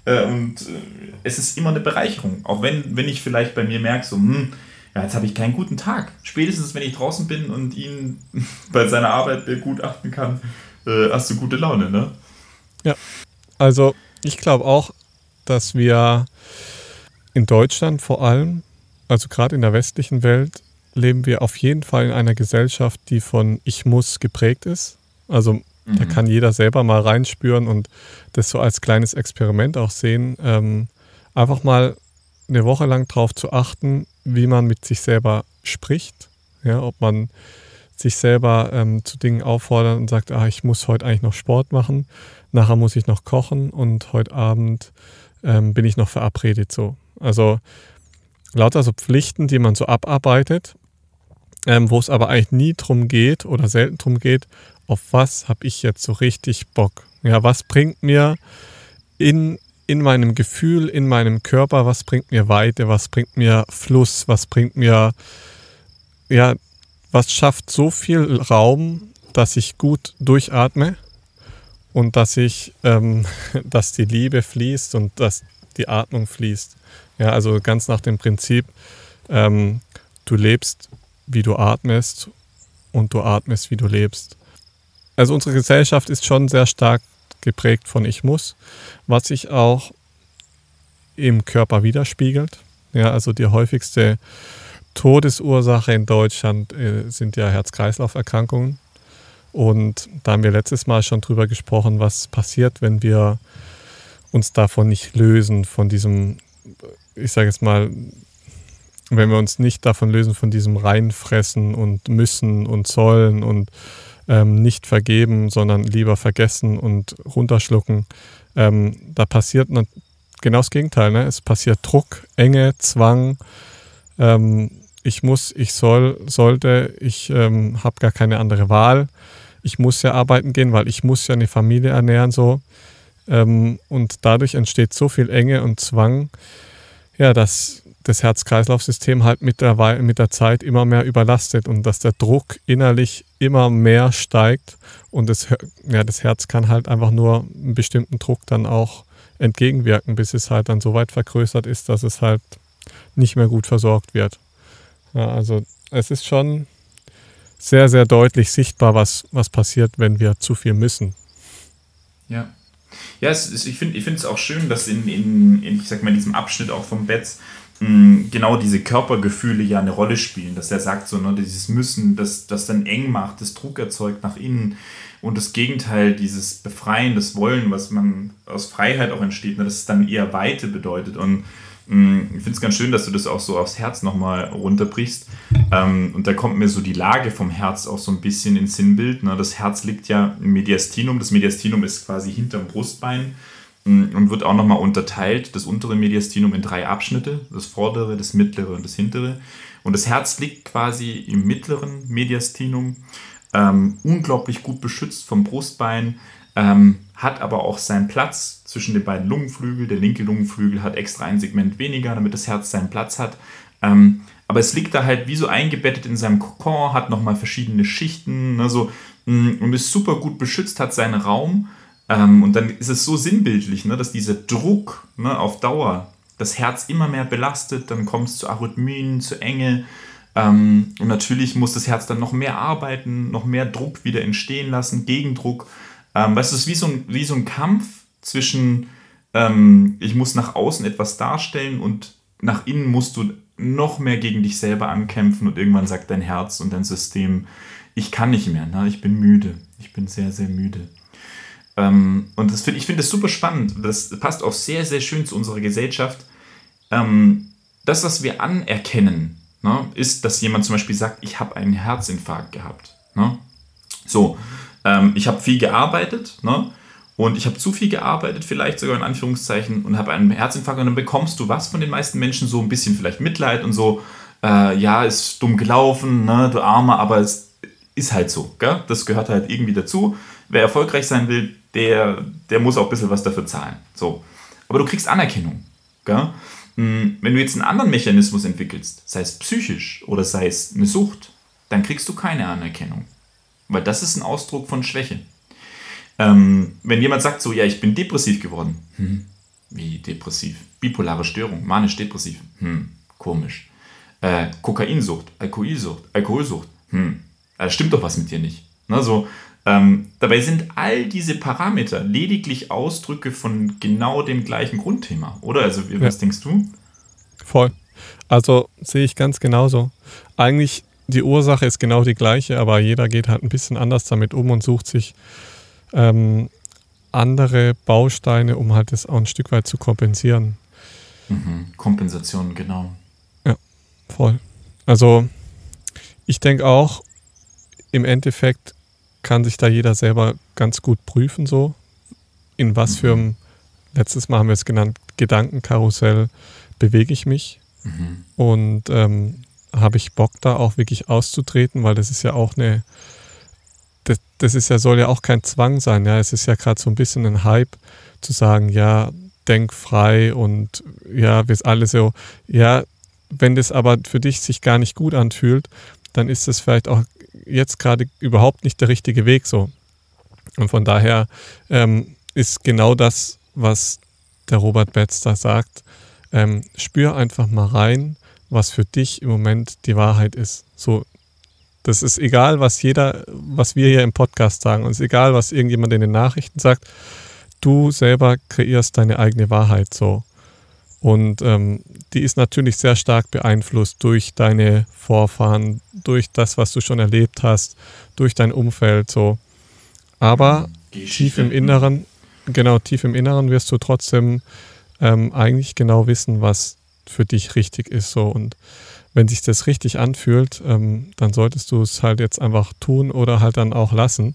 Es ist immer eine Bereicherung. Auch wenn ich vielleicht bei mir merke, so, ja, jetzt habe ich keinen guten Tag. Spätestens, wenn ich draußen bin und ihn bei seiner Arbeit begutachten kann, hast du gute Laune, ne? Ja, also ich glaube auch, dass wir in Deutschland vor allem, also gerade in der westlichen Welt, leben wir auf jeden Fall in einer Gesellschaft, die von Ich muss geprägt ist. Also da kann jeder selber mal reinspüren und das so als kleines Experiment auch sehen. Einfach mal eine Woche lang drauf zu achten, wie man mit sich selber spricht. Ja, ob man sich selber zu Dingen auffordert und sagt, ich muss heute eigentlich noch Sport machen, nachher muss ich noch kochen und heute Abend bin ich noch verabredet so. Also lauter so Pflichten, die man so abarbeitet, wo es aber eigentlich nie drum geht oder selten drum geht, auf was habe ich jetzt so richtig Bock? Ja, was bringt mir in meinem Gefühl, in meinem Körper, was bringt mir Weite, was bringt mir Fluss, was bringt mir, ja, was schafft so viel Raum, dass ich gut durchatme und dass dass die Liebe fließt und dass die Atmung fließt. Ja, also ganz nach dem Prinzip, du lebst, wie du atmest und du atmest, wie du lebst. Also unsere Gesellschaft ist schon sehr stark geprägt von Ich muss, was sich auch im Körper widerspiegelt. Ja, also die häufigste Todesursache in Deutschland sind ja Herz-Kreislauf-Erkrankungen. Und da haben wir letztes Mal schon drüber gesprochen, was passiert, wenn wir uns davon nicht lösen, von diesem, ich sage jetzt mal, wenn wir uns nicht davon lösen, von diesem Reinfressen und müssen und sollen und nicht vergeben, sondern lieber vergessen und runterschlucken. Da passiert genau das Gegenteil. Ne? Es passiert Druck, Enge, Zwang. Ich muss, ich sollte, ich habe gar keine andere Wahl. Ich muss ja arbeiten gehen, weil ich muss ja eine Familie ernähren. So. Und dadurch entsteht so viel Enge und Zwang, ja, dass das Herz-Kreislauf-System halt mit der Zeit immer mehr überlastet und dass der Druck innerlich immer mehr steigt und das Herz kann halt einfach nur einen bestimmten Druck dann auch entgegenwirken, bis es halt dann so weit vergrößert ist, dass es halt nicht mehr gut versorgt wird. Ja, also es ist schon sehr, sehr deutlich sichtbar, was passiert, wenn wir zu viel müssen. Ja. Ja, ich finde es auch schön, dass ich sag mal, in diesem Abschnitt auch vom Betz genau diese Körpergefühle ja eine Rolle spielen, dass er sagt, so, ne, dieses Müssen, das dann eng macht, das Druck erzeugt nach innen und das Gegenteil, dieses Befreien, das Wollen, was man aus Freiheit auch entsteht, ne, dass es dann eher Weite bedeutet und ich finde es ganz schön, dass du das auch so aufs Herz nochmal runterbrichst und da kommt mir so die Lage vom Herz auch so ein bisschen ins Sinnbild, ne? Das Herz liegt ja im Mediastinum, das Mediastinum ist quasi hinterm Brustbein und wird auch nochmal unterteilt, das untere Mediastinum in 3 Abschnitte, das vordere, das mittlere und das hintere. Und das Herz liegt quasi im mittleren Mediastinum, unglaublich gut beschützt vom Brustbein, hat aber auch seinen Platz zwischen den beiden Lungenflügeln. Der linke Lungenflügel hat extra ein Segment weniger, damit das Herz seinen Platz hat. Aber es liegt da halt wie so eingebettet in seinem Kokon, hat nochmal verschiedene Schichten, ne, so, und ist super gut beschützt, hat seinen Raum. Und dann ist es so sinnbildlich, ne, dass dieser Druck, ne, auf Dauer das Herz immer mehr belastet, dann kommt es zu Arrhythmien, zu Enge. Und natürlich muss das Herz dann noch mehr arbeiten, noch mehr Druck wieder entstehen lassen, Gegendruck. Weißt du, es ist wie so ein Kampf zwischen, ich muss nach außen etwas darstellen und nach innen musst du noch mehr gegen dich selber ankämpfen und irgendwann sagt dein Herz und dein System, ich kann nicht mehr, ne? Ich bin müde, ich bin sehr, sehr müde. Und ich finde das super spannend, das passt auch sehr, sehr schön zu unserer Gesellschaft. Das, was wir anerkennen, ne, ist, dass jemand zum Beispiel sagt, ich habe einen Herzinfarkt gehabt. Ne? So, ich habe viel gearbeitet, ne? Und ich habe zu viel gearbeitet, vielleicht sogar in Anführungszeichen, und habe einen Herzinfarkt und dann bekommst du was von den meisten Menschen, so ein bisschen vielleicht Mitleid und so, ja, ist dumm gelaufen, ne, du Armer, aber es ist halt so, gell? Das gehört halt irgendwie dazu. Wer erfolgreich sein will, der muss auch ein bisschen was dafür zahlen. So. Aber du kriegst Anerkennung. Gell? Wenn du jetzt einen anderen Mechanismus entwickelst, sei es psychisch oder sei es eine Sucht, dann kriegst du keine Anerkennung. weil das ist ein Ausdruck von Schwäche. Wenn jemand sagt so, ja, ich bin depressiv geworden. Wie depressiv? Bipolare Störung, manisch-depressiv. Komisch. Kokainsucht, Alkoholsucht. Da stimmt doch was mit dir nicht. Ne, so, dabei sind all diese Parameter lediglich Ausdrücke von genau dem gleichen Grundthema, oder? Also, was denkst du? Voll. Also sehe ich ganz genauso. Eigentlich die Ursache ist genau die gleiche, aber jeder geht halt ein bisschen anders damit um und sucht sich andere Bausteine, um halt das auch ein Stück weit zu kompensieren. Kompensation, genau. Ja, voll. Also ich denke auch, im Endeffekt kann sich da jeder selber ganz gut prüfen, so in was für einem, letztes Mal haben wir es genannt, Gedankenkarussell bewege ich mich und habe ich Bock da auch wirklich auszutreten, weil das ist ja auch das ist ja, soll ja auch kein Zwang sein, ja, es ist ja gerade so ein bisschen ein Hype zu sagen, ja, denk frei und ja, wir sind alle so, ja, wenn das aber für dich sich gar nicht gut anfühlt, dann ist das vielleicht auch jetzt gerade überhaupt nicht der richtige Weg so. Und von daher ist genau das, was der Robert Betz da sagt, spür einfach mal rein, was für dich im Moment die Wahrheit ist. So, das ist egal, was wir hier im Podcast sagen, und es ist egal, was irgendjemand in den Nachrichten sagt. Du selber kreierst deine eigene Wahrheit so. Und die ist natürlich sehr stark beeinflusst durch deine Vorfahren, durch das, was du schon erlebt hast, durch dein Umfeld so. Aber tief im Inneren wirst du trotzdem eigentlich genau wissen, was für dich richtig ist so. Und wenn sich das richtig anfühlt, dann solltest du es halt jetzt einfach tun oder halt dann auch lassen.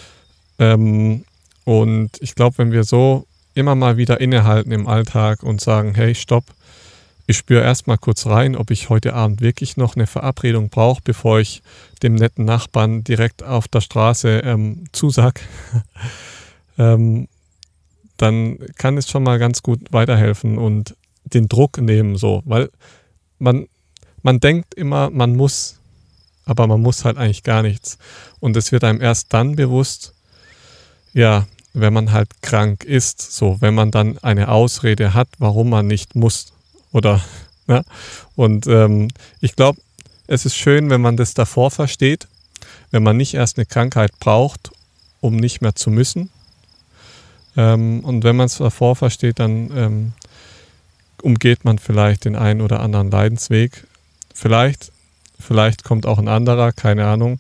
Und ich glaube, wenn wir so immer mal wieder innehalten im Alltag und sagen, hey, stopp, ich spüre erstmal kurz rein, ob ich heute Abend wirklich noch eine Verabredung brauche, bevor ich dem netten Nachbarn direkt auf der Straße zusag, dann kann es schon mal ganz gut weiterhelfen und den Druck nehmen, so, weil man denkt immer, man muss, aber man muss halt eigentlich gar nichts. Und es wird einem erst dann bewusst, ja, wenn man halt krank ist, so, wenn man dann eine Ausrede hat, warum man nicht muss, oder, ne? Und ich glaube, es ist schön, wenn man das davor versteht, wenn man nicht erst eine Krankheit braucht, um nicht mehr zu müssen. Und wenn man es davor versteht, dann umgeht man vielleicht den einen oder anderen Leidensweg. Vielleicht kommt auch ein anderer, keine Ahnung.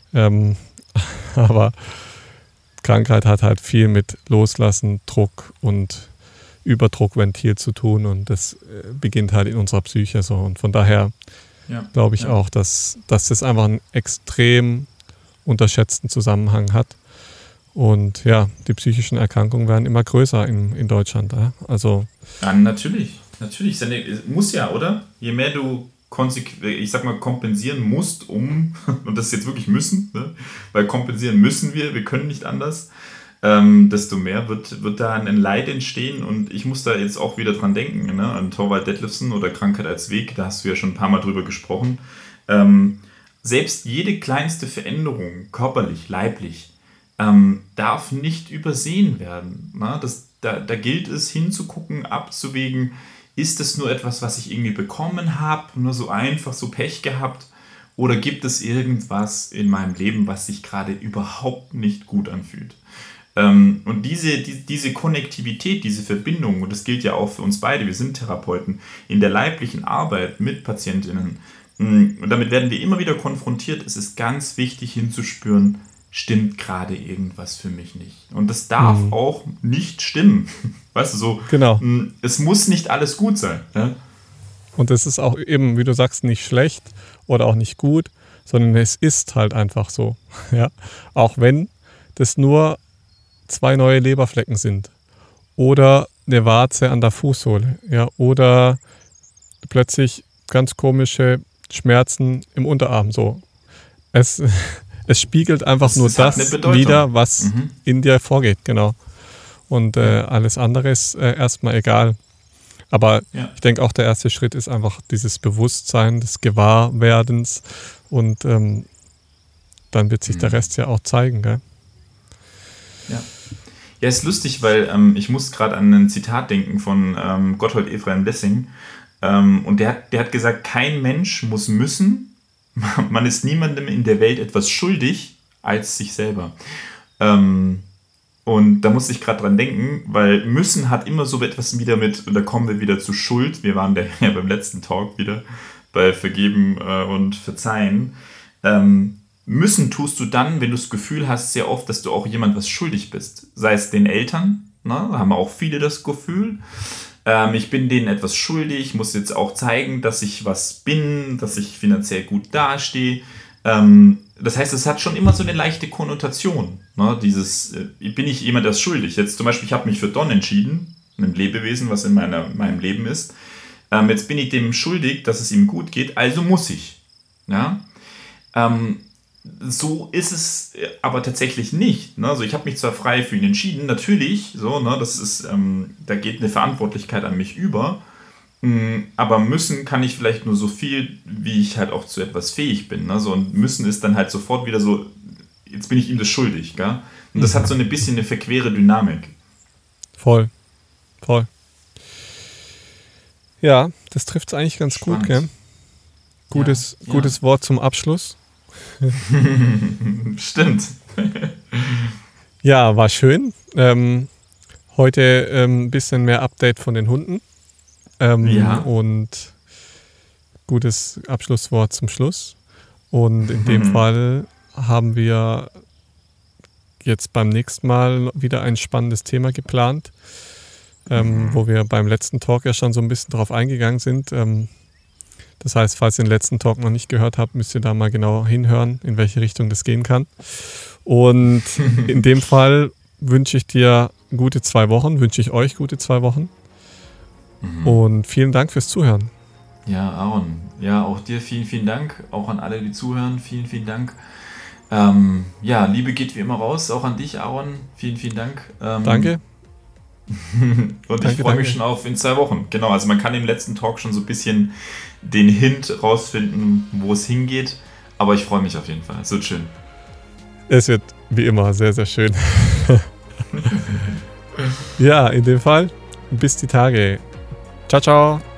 Aber Krankheit hat halt viel mit Loslassen, Druck und Überdruckventil zu tun, und das beginnt halt in unserer Psyche so. Und von daher glaube ich auch, dass das einfach einen extrem unterschätzten Zusammenhang hat. Und ja, die psychischen Erkrankungen werden immer größer in Deutschland. Ja? Also ja, natürlich. Muss ja, oder? Je mehr du kompensieren musst, und das ist jetzt wirklich müssen, ne? Weil kompensieren müssen wir können nicht anders, desto mehr wird da ein Leid entstehen. Und ich muss da jetzt auch wieder dran denken, ne? An Thorvald Detlefsen oder Krankheit als Weg, da hast du ja schon ein paar Mal drüber gesprochen. Selbst jede kleinste Veränderung, körperlich, leiblich, darf nicht übersehen werden. Ne? Da gilt es hinzugucken, abzuwägen, ist es nur etwas, was ich irgendwie bekommen habe, nur so einfach so Pech gehabt, oder gibt es irgendwas in meinem Leben, was sich gerade überhaupt nicht gut anfühlt? Und diese Konnektivität, diese Verbindung, und das gilt ja auch für uns beide, wir sind Therapeuten, in der leiblichen Arbeit mit PatientInnen, und damit werden wir immer wieder konfrontiert. Es ist ganz wichtig hinzuspüren, stimmt gerade irgendwas für mich nicht. Und das darf auch nicht stimmen. Weißt du, so, genau. Es muss nicht alles gut sein. Ja? Und es ist auch eben, wie du sagst, nicht schlecht oder auch nicht gut, sondern es ist halt einfach so. Ja? Auch wenn das nur 2 neue Leberflecken sind oder eine Warze an der Fußsohle, ja? Oder plötzlich ganz komische Schmerzen im Unterarm. So. Es spiegelt einfach nur das wider, was in dir vorgeht, genau. Und alles andere ist erstmal egal. Aber ich denke auch, der erste Schritt ist einfach dieses Bewusstsein des Gewahrwerdens und dann wird sich der Rest ja auch zeigen, gell? Ja. Ja, ist lustig, weil ich muss gerade an ein Zitat denken von Gotthold Ephraim Lessing. Und der hat gesagt, kein Mensch muss müssen, man ist niemandem in der Welt etwas schuldig als sich selber. Und da musste ich gerade dran denken, weil müssen hat immer so etwas wieder mit, und da kommen wir wieder zu Schuld. Wir waren ja beim letzten Talk wieder bei Vergeben und Verzeihen. Müssen tust du dann, wenn du das Gefühl hast, sehr oft, dass du auch jemand was schuldig bist. Sei es den Eltern, ne? Da haben auch viele das Gefühl. Ich bin denen etwas schuldig, muss jetzt auch zeigen, dass ich was bin, dass ich finanziell gut dastehe. Das heißt, es hat schon immer so eine leichte Konnotation. Ne? Bin ich jemand das schuldig? Jetzt zum Beispiel, ich habe mich für Don entschieden, einem Lebewesen, was in meinem Leben ist. Jetzt bin ich dem schuldig, dass es ihm gut geht, also muss ich. Ja? So ist es aber tatsächlich nicht. Ne? Also ich habe mich zwar frei für ihn entschieden, natürlich, so, ne? Das ist, da geht eine Verantwortlichkeit an mich über, aber müssen kann ich vielleicht nur so viel, wie ich halt auch zu etwas fähig bin. Ne? So, und müssen ist dann halt sofort wieder so, jetzt bin ich ihm das schuldig. Gell? Und das hat so ein bisschen eine verquere Dynamik. Voll. Ja, das trifft es eigentlich ganz gut, gell? Gutes Wort zum Abschluss. Stimmt. Ja, war schön. Heute ein bisschen mehr Update von den Hunden. Und gutes Abschlusswort zum Schluss. Und in dem Fall haben wir jetzt beim nächsten Mal wieder ein spannendes Thema geplant, wo wir beim letzten Talk ja schon so ein bisschen drauf eingegangen sind. Das heißt, falls ihr den letzten Talk noch nicht gehört habt, müsst ihr da mal genau hinhören, in welche Richtung das gehen kann. Und in dem Fall wünsche ich dir gute 2 Wochen, wünsche ich euch gute 2 Wochen. Und vielen Dank fürs Zuhören. Ja, Aaron, ja, auch dir vielen, vielen Dank. Auch an alle, die zuhören, vielen, vielen Dank. Liebe geht wie immer raus, auch an dich, Aaron. Vielen, vielen Dank. Danke. Und ich freue mich schon auf in 2 Wochen. Genau, also man kann im letzten Talk schon so ein bisschen den Hint rausfinden, wo es hingeht. Aber ich freue mich auf jeden Fall. Es wird schön. Es wird wie immer sehr, sehr schön. Ja, in dem Fall bis die Tage. Ciao, ciao.